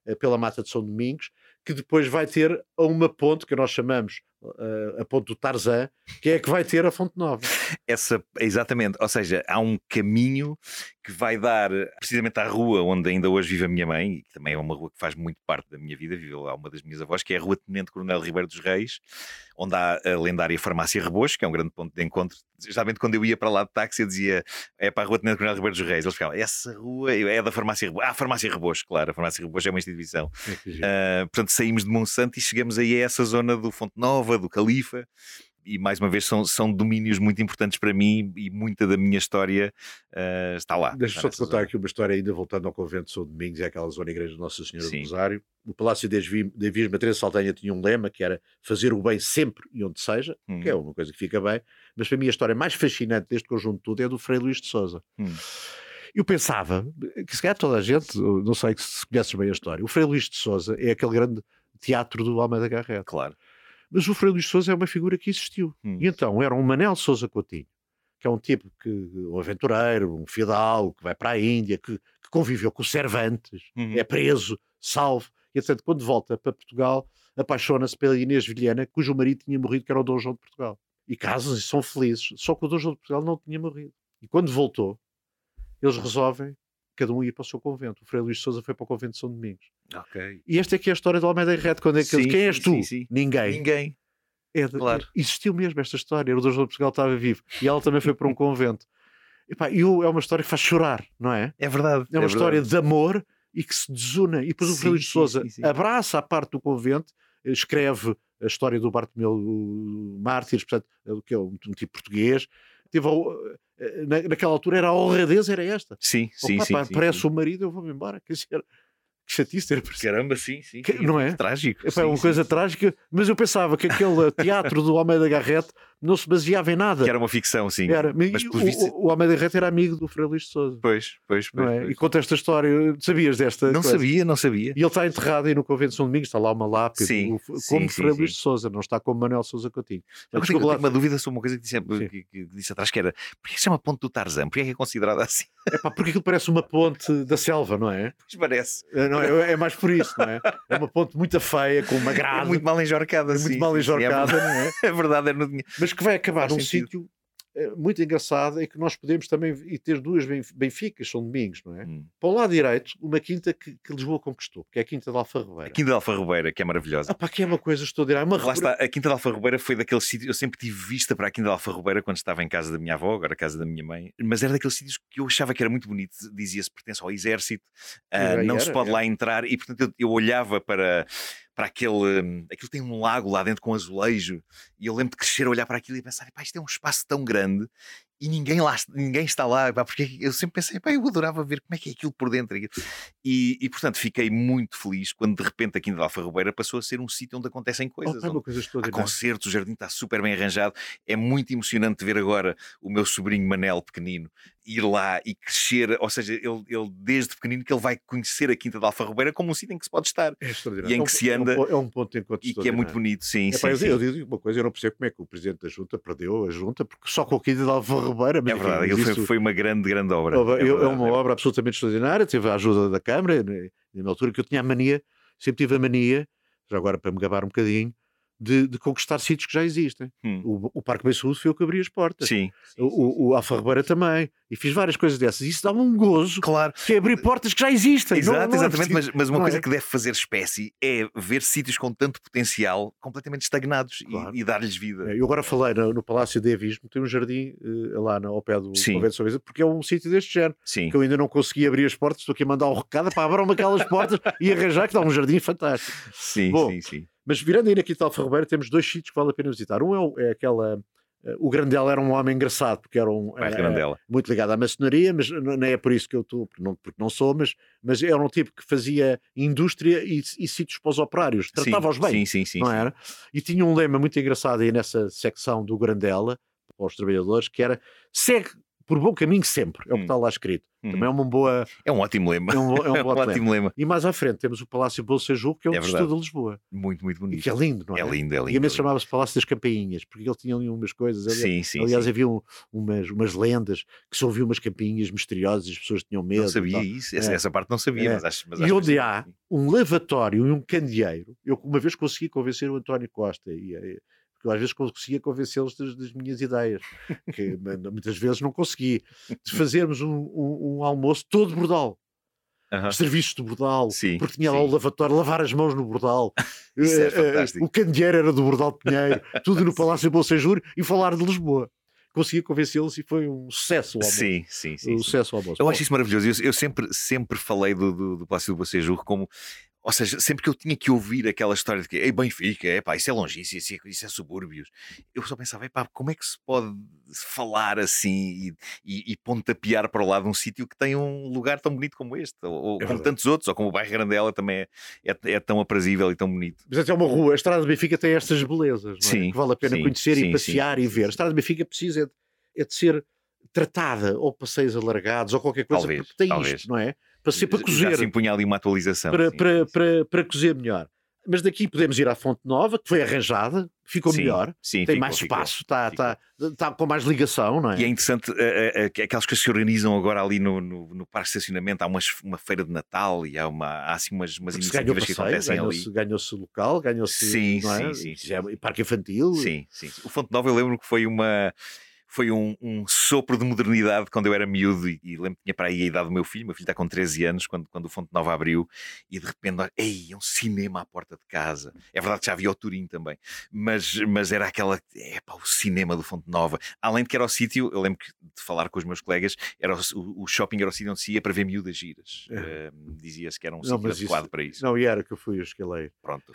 pela Mata de São Domingos, que depois vai ter a uma ponte que nós chamamos a ponte do Tarzan, que é a que vai ter a Fonte Nova. Exatamente, ou seja, há um caminho que vai dar precisamente à rua onde ainda hoje vive a minha mãe, e que também é uma rua que faz muito parte da minha vida, vive lá uma das minhas avós, que é a Rua Tenente Coronel Ribeiro dos Reis, onde há a lendária Farmácia Rebocho, que é um grande ponto de encontro. Geralmente quando eu ia para lá de táxi eu dizia, é para a Rua Tenente Coronel Ribeiro dos Reis, eles ficavam, essa rua é da Farmácia Rebocho. A Farmácia Rebocho, claro, a Farmácia Rebocho é uma instituição. Portanto saímos de Monsanto e chegamos aí a essa zona do Fonte Nova, do Califa, e mais uma vez são domínios muito importantes para mim e muita da minha história está lá. Deixa-me só te contar aqui uma história ainda voltando ao convento de São Domingos, é aquela zona igreja de Nossa Senhora do Rosário. O Palácio da Virgem Teresa Saldanha tinha um lema que era fazer o bem sempre e onde seja, que é uma coisa que fica bem, mas para mim a história mais fascinante deste conjunto de tudo é do Frei Luís de Sousa. Eu pensava, que se calhar toda a gente, não sei se conheces bem a história, o Frei Luís de Sousa é aquele grande teatro do Almeida Garrett. Claro. Mas o Frei Luís de Sousa é uma figura que existiu. E então era um Manel Sousa Coutinho, que é um tipo, um aventureiro, um fidalgo, que vai para a Índia, que conviveu com o Cervantes, é preso, salvo, e portanto quando volta para Portugal apaixona-se pela Inês Vilhena, cujo marido tinha morrido, que era o Dom João de Portugal. E casam-se e são felizes, só que o Dom João de Portugal não tinha morrido. E quando voltou, eles resolvem cada um ir para o seu convento. O Frei Luís de Sousa foi para o convento de São Domingos. E esta é que é a história do Almeida Garrett, quando é que quem és tu? Ninguém. Claro. Existiu mesmo esta história. O Dom João de Portugal estava vivo e ela também foi para um convento. E é uma história que faz chorar, não é? É verdade. É uma história de amor e que se desuna. E depois o Frei Luís de Sousa abraça a parte do convento, escreve a história do Bartolomeu Mártires, portanto, que é um tipo português. Naquela altura a honradez era esta. Sim. Parece o marido, eu vou-me embora. Quer dizer, que chatice ter aparecido. Caramba, sim. Não é? Trágico. É uma coisa trágica, mas eu pensava que aquele teatro do Almeida Garrett não se baseava em nada. Que era uma ficção, sim. Mas o Almeida Garrett era amigo do Frei Luís de Sousa. Pois. E conta esta história. Sabias desta coisa? Não sabia. E ele está enterrado aí no convento de São Domingos, está lá uma lápide, como Frei Luís de Sousa, não está como Manuel Sousa Coutinho. Eu tenho uma dúvida sobre uma coisa que disse atrás, que era, porquê se chama Ponte do Tarzan? Porquê é considerada assim? Porque aquilo parece uma ponte da selva, não é? Pois parece. Não, é mais por isso, não é? É uma ponte muito feia, com uma grade. É muito mal enjorcada, muito mal enjorcada, não é? É verdade, eu não tinha... Mas que vai acabar num sítio muito engraçado, é que nós podemos também ter duas Benficas, São Domingos, não é? Para o lado direito, uma quinta que Lisboa conquistou, que é a Quinta de Alfarrobeira. A Quinta de Alfarrobeira, que é maravilhosa. Que é uma coisa extraordinária. Lá está, a Quinta de Alfarrobeira foi daqueles sítios, eu sempre tive vista para a Quinta de Alfarrobeira quando estava em casa da minha avó, agora a casa da minha mãe, mas era daqueles sítios que eu achava que era muito bonito, dizia-se pertence ao exército, não se pode lá entrar, e portanto eu olhava para aquilo tem um lago lá dentro com azulejo, e eu lembro de crescer a olhar para aquilo e pensar, isto é um espaço tão grande e ninguém está lá, porque eu sempre pensei, eu adorava ver como é que é aquilo por dentro. E portanto fiquei muito feliz quando de repente a Quinta de Alfarrobeira passou a ser um sítio onde acontecem coisas, há concertos, o jardim está super bem arranjado, é muito emocionante ver agora o meu sobrinho Manel pequenino ir lá e crescer, ou seja, ele desde pequenino que ele vai conhecer a Quinta de Alfarrobeira como um sítio em que se pode estar e em que se anda, é um ponto de encontro e que é muito bonito. Eu digo uma coisa, eu não percebo como é que o Presidente da Junta perdeu a Junta, porque só com a Quinta de Alfarrobeira. É verdade, aquilo foi uma grande obra. É uma obra absolutamente extraordinária, teve a ajuda da Câmara, na altura que eu tinha a mania, sempre tive a mania, já agora para me gabar um bocadinho, de conquistar sítios que já existem. O Parque Bem Saúde foi eu que abri as portas. O Alfarrobeira também. E fiz várias coisas dessas. E isso dá-me um gozo. Claro. Que é abrir portas que já existem. Exatamente. Mas uma coisa que deve fazer espécie é ver sítios com tanto potencial completamente estagnados e dar-lhes vida. Eu agora falei no Palácio de Avismo, tem um jardim lá ao pé do Convento de São Vicente, porque é um sítio deste género. Que eu ainda não consegui abrir as portas. Estou aqui a mandar um recado para abram-me aquelas portas e arranjar, que dá um jardim fantástico. Sim. Mas virando aí na Quinta de Alfarrobeira, temos dois sítios que vale a pena visitar. Um é aquela... O Grandela era um homem engraçado, porque era muito ligado à maçonaria, mas não é por isso que eu estou, porque não sou, mas era um tipo que fazia indústria e sítios para os operários, tratava-os bem, não era? E tinha um lema muito engraçado aí nessa secção do Grandela, para os trabalhadores, que era: segue por bom caminho sempre, é o que está lá escrito. Também é uma boa... É um ótimo lema. É um É um bom ótimo lema. E mais à frente temos o Palácio Bolsejuco, que é o Cristo de Lisboa. Muito, muito bonito. E que é lindo, não é? É lindo, é lindo. E a mim chamava-se Palácio das Campainhas, porque ele tinha ali umas coisas. Aliás, sim. havia umas lendas que se ouviam umas campainhas misteriosas e as pessoas tinham medo. Não sabia isso, essa parte não sabia. Mas e onde há um lavatório e um candeeiro, eu uma vez consegui convencer o António Costa, porque eu às vezes conseguia convencê-los das minhas ideias, que muitas vezes não consegui, de fazermos um almoço todo bordal. Serviços de bordal, porque tinha lá o lavatório, lavar as mãos no bordal. Isso é fantástico. O candeeiro era do Bordal de Pinheiro, tudo no Palácio Bolsejuco, e falar de Lisboa. Consegui convencê-los e foi um sucesso o almoço. Sim. Sucesso ao almoço. Eu acho isso maravilhoso. Eu sempre falei do Palácio do Bolsejuco como... Ou seja, sempre que eu tinha que ouvir aquela história de que ei, Benfica, isso é longíssimo, isso é subúrbios, eu só pensava, como é que se pode falar assim e pontapear para o lado de um sítio que tem um lugar tão bonito como este, ou como tantos outros, ou como o bairro Grandela também é tão aprazível e tão bonito. Mas é uma rua, a Estrada de Benfica tem estas belezas, não é? Que vale a pena conhecer e passear e ver. A Estrada de Benfica precisa de ser tratada, ou passeios alargados, ou qualquer coisa, porque tem isto, não é? Para cozer. Já se impunha ali uma atualização. Para cozer melhor. Mas daqui podemos ir à Fonte Nova, que foi arranjada, ficou melhor, tem mais espaço, está com mais ligação, não é? E é interessante, aquelas coisas que se organizam agora ali no parque de estacionamento, há uma feira de Natal e há assim umas iniciativas que acontecem ali. Ganhou-se local, ganhou-se sim. parque infantil. Sim. O Fonte Nova eu lembro que foi um sopro de modernidade quando eu era miúdo e lembro que tinha para aí a idade do meu filho está com 13 anos quando o Fonte Nova abriu e de repente, é um cinema à porta de casa. É verdade que já havia o Turim também, mas era o cinema do Fonte Nova. Além de que era o sítio, eu lembro de falar com os meus colegas, o shopping era o sítio onde se ia para ver miúdas giras. Dizia-se que era um sítio adequado para isso. Não, e era que eu cheguei lá a ir. Pronto.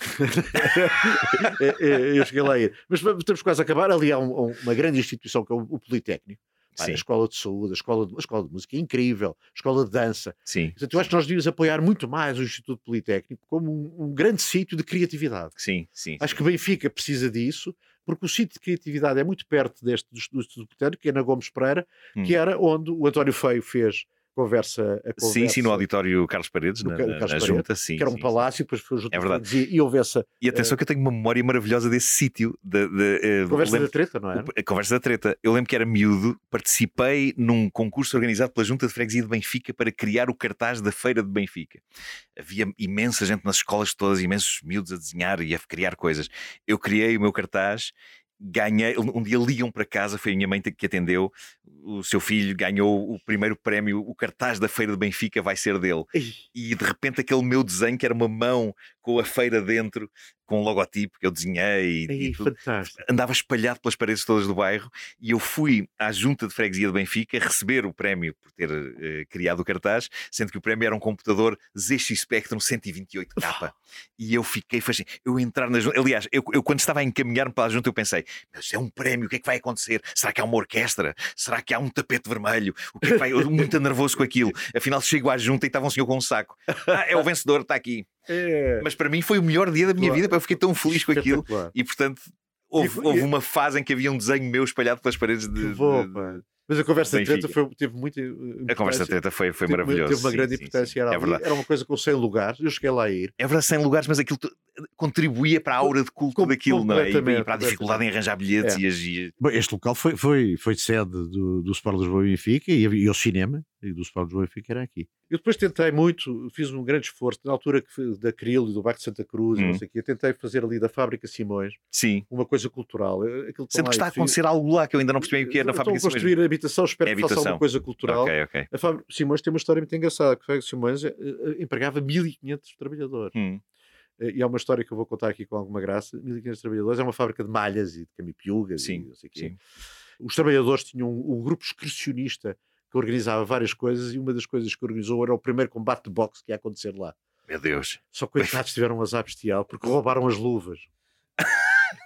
Eu cheguei lá a ir. Mas estamos quase a acabar. Ali há uma grande instituição que é o Politécnico. A Escola de Saúde, a escola de Música é incrível, a Escola de Dança. Portanto, eu acho que nós devíamos apoiar muito mais o Instituto Politécnico como um grande sítio de criatividade. Acho que Benfica precisa disso, porque o sítio de criatividade é muito perto do Instituto Politécnico, que é na Gomes Pereira, que era onde o António Feio fez a conversa. Sim, no auditório Carlos Paredes, na junta, que era um palácio, depois foi junto. É verdade. E houve essa... E atenção que eu tenho uma memória maravilhosa desse sítio. Conversa da Treta, não é? A Conversa da Treta. Eu lembro que era miúdo, participei num concurso organizado pela Junta de Freguesia de Benfica para criar o cartaz da Feira de Benfica. Havia imensa gente nas escolas todas, imensos miúdos a desenhar e a criar coisas. Eu criei o meu cartaz, ganhei, um dia ligam para casa, foi a minha mãe que atendeu, o seu filho ganhou o primeiro prémio, o cartaz da Feira de Benfica vai ser dele. E de repente aquele meu desenho, que era uma mão com a feira dentro, com um logotipo que eu desenhei e tudo, andava espalhado pelas paredes todas do bairro, e eu fui à Junta de Freguesia de Benfica receber o prémio por ter criado o cartaz, sendo que o prémio era um computador ZX Spectrum 128K. E eu fiquei fascinado. Eu entrar na junta, aliás, eu quando estava a encaminhar-me para a junta, eu pensei, mas é um prémio, o que é que vai acontecer? Será que há uma orquestra? Será que há um tapete vermelho? O que é que vai? Eu muito nervoso com aquilo. Afinal chego à junta e estava um senhor com um saco. É o vencedor, está aqui. Mas para mim foi o melhor dia da minha vida, eu fiquei tão feliz com aquilo. E portanto houve uma fase em que havia um desenho meu espalhado pelas paredes de Mas a Conversa de Treta teve muita A Conversa de Treta foi maravilhosa. Teve uma grande importância. Era uma coisa com 100 lugares. Eu cheguei lá a ir. É verdade, 100 lugares, mas aquilo contribuía para a aura de culto daquilo, não é? E para a dificuldade em arranjar bilhetes e Bom, este local foi sede do Sport Lisboa e Benfica e o cinema do Sport Lisboa e Benfica era aqui. Eu depois tentei muito, fiz um grande esforço na altura da Cril e do bairro de Santa Cruz, não sei o quê. Tentei fazer ali da Fábrica Simões uma coisa cultural. Sempre está a acontecer algo lá que eu ainda não percebi o que é na Fábrica Simões. Construir a habitação, espero que faça alguma coisa cultural. A Fábrica Simões tem uma história muito engraçada, que a Fábrica Simões empregava 1500 trabalhadores. E há uma história que eu vou contar aqui com alguma graça. 1500 trabalhadores, é uma fábrica de malhas e de camipiugas e não sei o quê. Os trabalhadores tinham um grupo excursionista que organizava várias coisas, e uma das coisas que organizou era o primeiro combate de boxe que ia acontecer lá. Meu Deus. Só coitados tiveram um azar bestial porque roubaram as luvas.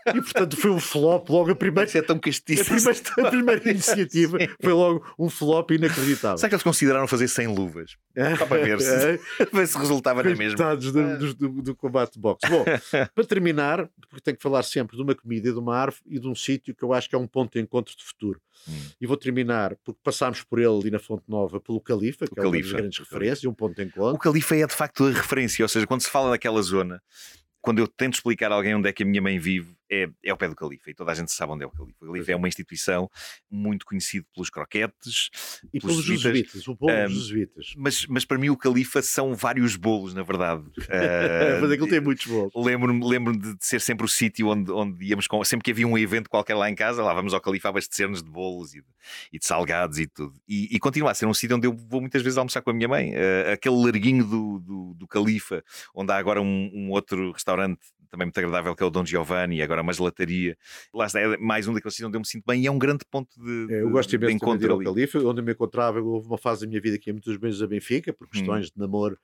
E portanto foi um flop logo a primeira. Isso é tão castiço. A primeira iniciativa foi logo um flop inacreditável. Será que eles consideraram fazer sem luvas? Só para ver se resultava na mesma. Do combate de boxe. Bom, para terminar, porque tenho que falar sempre de uma comida e de uma árvore e de um sítio que eu acho que é um ponto de encontro de futuro. E vou terminar, porque passámos por ele ali na Fonte Nova, pelo Califa, que é uma das grandes referências, e um ponto de encontro. O Califa é de facto a referência, ou seja, quando se fala daquela zona, quando eu tento explicar a alguém onde é que a minha mãe vive, é ao pé do Califa, e toda a gente sabe onde é o Califa. O Califa é uma instituição muito conhecida pelos croquetes e pelos jesuítas, o bolo dos jesuítas. Mas para mim o Califa são vários bolos, na verdade. Mas aquilo tem muitos bolos. Lembro-me de ser sempre o sítio onde íamos, sempre que havia um evento qualquer lá em casa, lá vamos ao Califa abastecer-nos de bolos e de salgados e tudo. E continua a ser um sítio onde eu vou muitas vezes almoçar com a minha mãe. Aquele larguinho do Califa, onde há agora um outro restaurante também muito agradável, que é o Dom Giovanni, e agora uma gelataria. Lá está, é mais um daqueles sítios onde eu me sinto bem e é um grande ponto de eu gosto imenso de encontro de ir ao Califa, onde eu me encontrava. Houve uma fase da minha vida que ia muitas vezes a Benfica, por questões de namoro,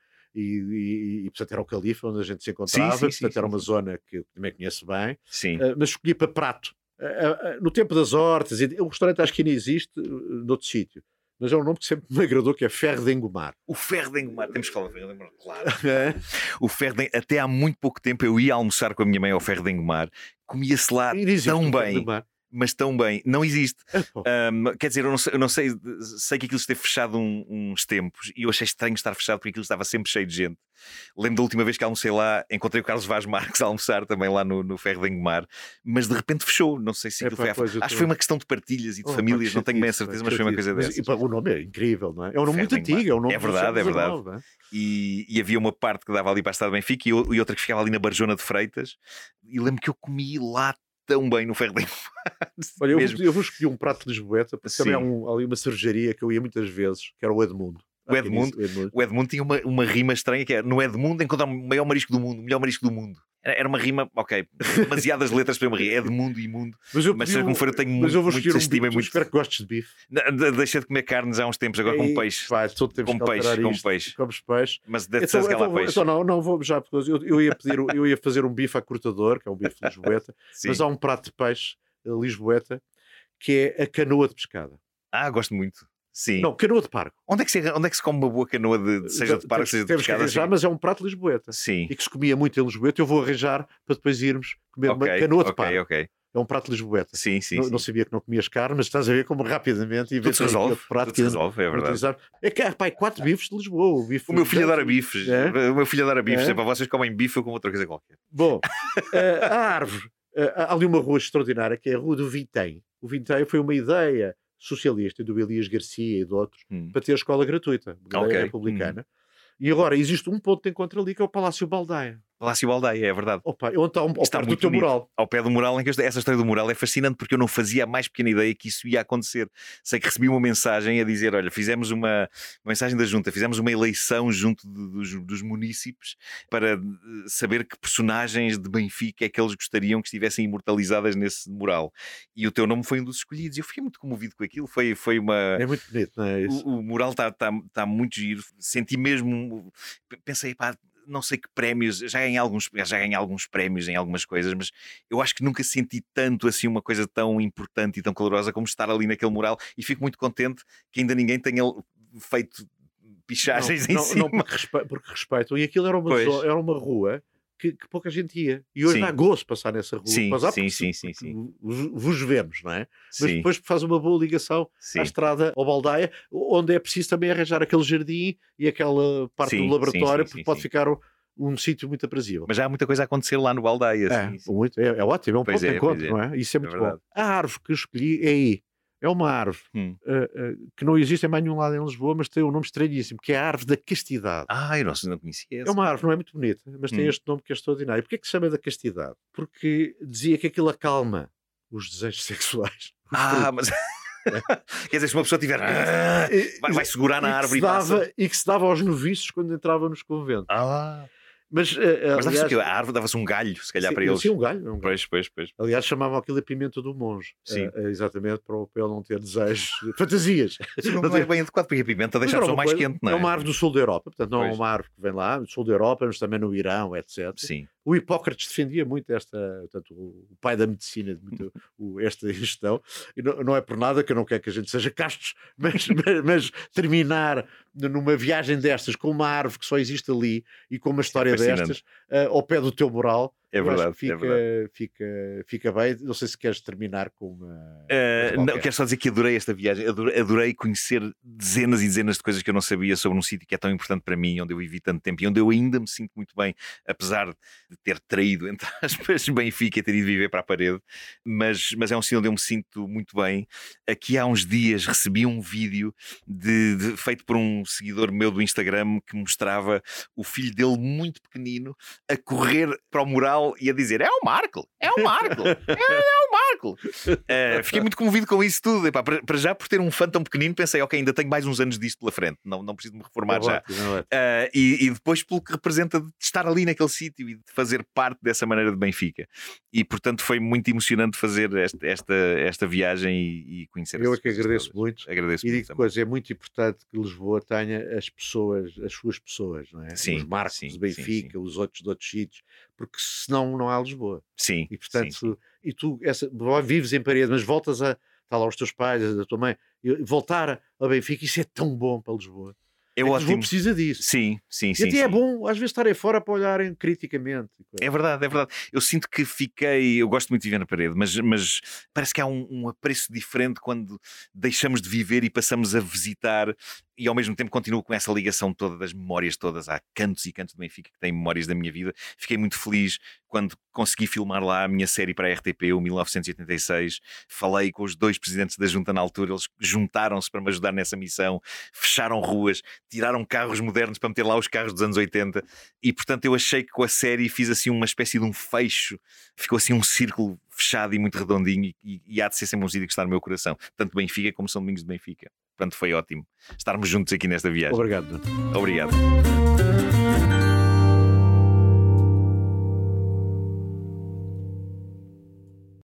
e portanto era o Califa onde a gente se encontrava, portanto era uma zona que eu também conheço bem, mas escolhi para prato. No tempo das hortas, o restaurante acho que ainda existe noutro sítio, mas é um nome que sempre me agradou, que é Ferro de Engomar. O Ferro de Engomar, temos que falar do Ferro de Engomar, claro. O Ferro de... Até há muito pouco tempo eu ia almoçar com a minha mãe ao Ferro de Engomar, comia-se lá tão bem. Mas tão bem, não existe. Quer dizer, eu não sei que aquilo esteve fechado uns tempos e eu achei estranho estar fechado porque aquilo estava sempre cheio de gente. Lembro da última vez que almocei lá, encontrei o Carlos Vaz Marques a almoçar também lá no Ferro de Engomar, mas de repente fechou. Não sei se aquilo foi. Acho que foi uma questão de partilhas e de famílias, não tenho bem a certeza, mas foi uma coisa dessas. E o nome é incrível, não é? É um nome muito antigo, é um nome é verdade. E havia uma parte que dava ali para a Estrada de Benfica e outra que ficava ali na Barjona de Freitas, e lembro que eu comi lá tão bem no Ferro de Engomar. Olha, eu vou escolher um prato de Lisboeta, porque também há ali uma cervejaria que eu ia muitas vezes, que era o Edmundo. O Edmundo tinha uma rima estranha, que é: no Edmundo encontrar o maior marisco do mundo, o melhor marisco do mundo. Era uma rima, ok, demasiadas letras para eu me rir. Edmundo e imundo. Mas seja como for, eu tenho muito estima. Espero que gostes de bife. Deixa de comer carnes há uns tempos, agora com peixe. Com peixe. Comes peixe. Mas deve ser lá peixe. Então não vou já, porque eu ia fazer um bife a cortador, que é um bife de Lisboeta, mas há um prato de peixe Lisboeta que é a canoa de pescada. Gosto muito. Sim. Não, canoa de pargo. Onde é que se come uma boa canoa seja de pargo, seja de pescada? Arranjar, mas é um prato de Lisboeta. Sim. E que se comia muito em Lisboeta. Eu vou arranjar para depois irmos comer uma canoa de pargo. É um prato de Lisboeta. Sim. Não sabia que não comias carne, mas estás a ver como rapidamente... Tudo se resolve, é verdade. É que há 4 bifes de Lisboa. O meu filho adora bifes. O meu filho adora bifes. Para vocês comem bife, eu como outra coisa qualquer. Bom, a árvore. Há ali uma rua extraordinária, que é a Rua do Vintém. O Vintém foi uma ideia socialista do Elias Garcia e de outros para ter a escola gratuita, republicana. E agora existe um ponto de encontro ali, que é o Palácio Baldaia. Palácio Baldaia, é verdade. Opa, onde está muito do teu mural. Ao pé do mural, essa história do mural é fascinante, porque eu não fazia a mais pequena ideia que isso ia acontecer. Sei que recebi uma mensagem a dizer: olha, fizemos uma mensagem da Junta, fizemos uma eleição junto dos munícipes para saber que personagens de Benfica é que eles gostariam que estivessem imortalizadas nesse mural. E o teu nome foi um dos escolhidos. E eu fiquei muito comovido com aquilo. Foi uma... É muito bonito, não é isso? O mural está muito giro. Senti mesmo... Pensei, não sei que prémios, já ganhei alguns prémios em algumas coisas, mas eu acho que nunca senti tanto assim uma coisa tão importante e tão calorosa como estar ali naquele mural, e fico muito contente que ainda ninguém tenha feito pichagens em cima. Não, porque respeitam, e aquilo era uma rua que pouca gente ia, e hoje dá gosto passar nessa rua. Sim. Vos vemos, não é? Mas depois faz uma boa ligação à estrada ao Baldaia, onde é preciso também arranjar aquele jardim e aquela parte do laboratório, porque pode ficar um sítio muito aprazível. Mas já há muita coisa a acontecer lá no Baldaia. É ótimo, é um ponto de encontro, não é? Isso é muito bom. A árvore que eu escolhi é aí. É uma árvore que não existe em mais nenhum lado em Lisboa, mas tem um nome estranhíssimo, que é a árvore da castidade. Eu não conhecia essa. É uma árvore, não é muito bonita, mas tem este nome que é extraordinário. Porquê é que se chama da castidade? Porque dizia que aquilo acalma os desejos sexuais. Mas... Quer dizer, se uma pessoa tiver... vai segurar na árvore e que se dava aos noviços quando entrava nos conventos. Mas dava-se o quê? A árvore dava-se um galho, se calhar, para eles. Sim, um galho. Pois. Aliás, chamavam aquilo a pimenta do monge. Exatamente, para ele não ter desejos, fantasias. Não é bem adequado, porque a pimenta deixa a pessoa mais quente, não é? É uma árvore do sul da Europa, portanto não é uma árvore que vem lá, do sul da Europa, mas também no Irão, etc. Sim. O Hipócrates defendia muito portanto, o pai da medicina, esta gestão, e não é por nada que eu não quero que a gente seja castos, mas terminar numa viagem destas com uma árvore que só existe ali e com uma história destas ao pé do teu mural. É verdade, fica bem. Não sei se queres terminar com uma. Não, quero só dizer que adorei esta viagem. Adorei conhecer dezenas e dezenas de coisas que eu não sabia sobre um sítio que é tão importante para mim, onde eu vivi tanto tempo e onde eu ainda me sinto muito bem, apesar de ter traído, entre aspas, Benfica e ter ido viver para a parede. Mas é um sítio onde eu me sinto muito bem. Aqui há uns dias recebi um vídeo feito por um seguidor meu do Instagram que mostrava o filho dele muito pequenino a correr para o mural e a dizer: é o Marco, é o Marco, é o Marco. Fiquei muito comovido com isso tudo. Epá, para já, por ter um fã tão pequenino, pensei: ok, ainda tenho mais uns anos disto pela frente, não preciso me reformar já. E depois pelo que representa de estar ali naquele sítio e de fazer parte dessa maneira de Benfica. E portanto foi muito emocionante fazer esta viagem e conhecer. Eu é que agradeço muito. Agradeço e muito digo coisa, é muito importante que Lisboa tenha as suas pessoas, não é? Sim, os Marcos sim, de Benfica, sim. os outros de outros sítios, porque senão não há Lisboa. Sim. E portanto, sim. E tu vives em Parede, mas voltas está lá os teus pais, a tua mãe, e voltar a Benfica, isso é tão bom para Lisboa. Lisboa precisa disso. Sim. E até é bom, às vezes, estarem fora para olharem criticamente. É verdade. Eu sinto que eu gosto muito de viver na Parede, mas parece que há um apreço diferente quando deixamos de viver e passamos a visitar. E ao mesmo tempo continuo com essa ligação toda das memórias todas. Há cantos e cantos de Benfica que têm memórias da minha vida. Fiquei muito feliz quando consegui filmar lá a minha série para a RTP, o 1986. Falei com os 2 presidentes da junta na altura. Eles juntaram-se para me ajudar nessa missão. Fecharam ruas, tiraram carros modernos para meter lá os carros dos anos 80. E portanto eu achei que com a série fiz assim uma espécie de um fecho. Ficou assim um círculo fechado e muito redondinho. E há de ser sempre um sítio que está no meu coração. Tanto Benfica como São Domingos de Benfica. Portanto, foi ótimo estarmos juntos aqui nesta viagem. Obrigado. Obrigado.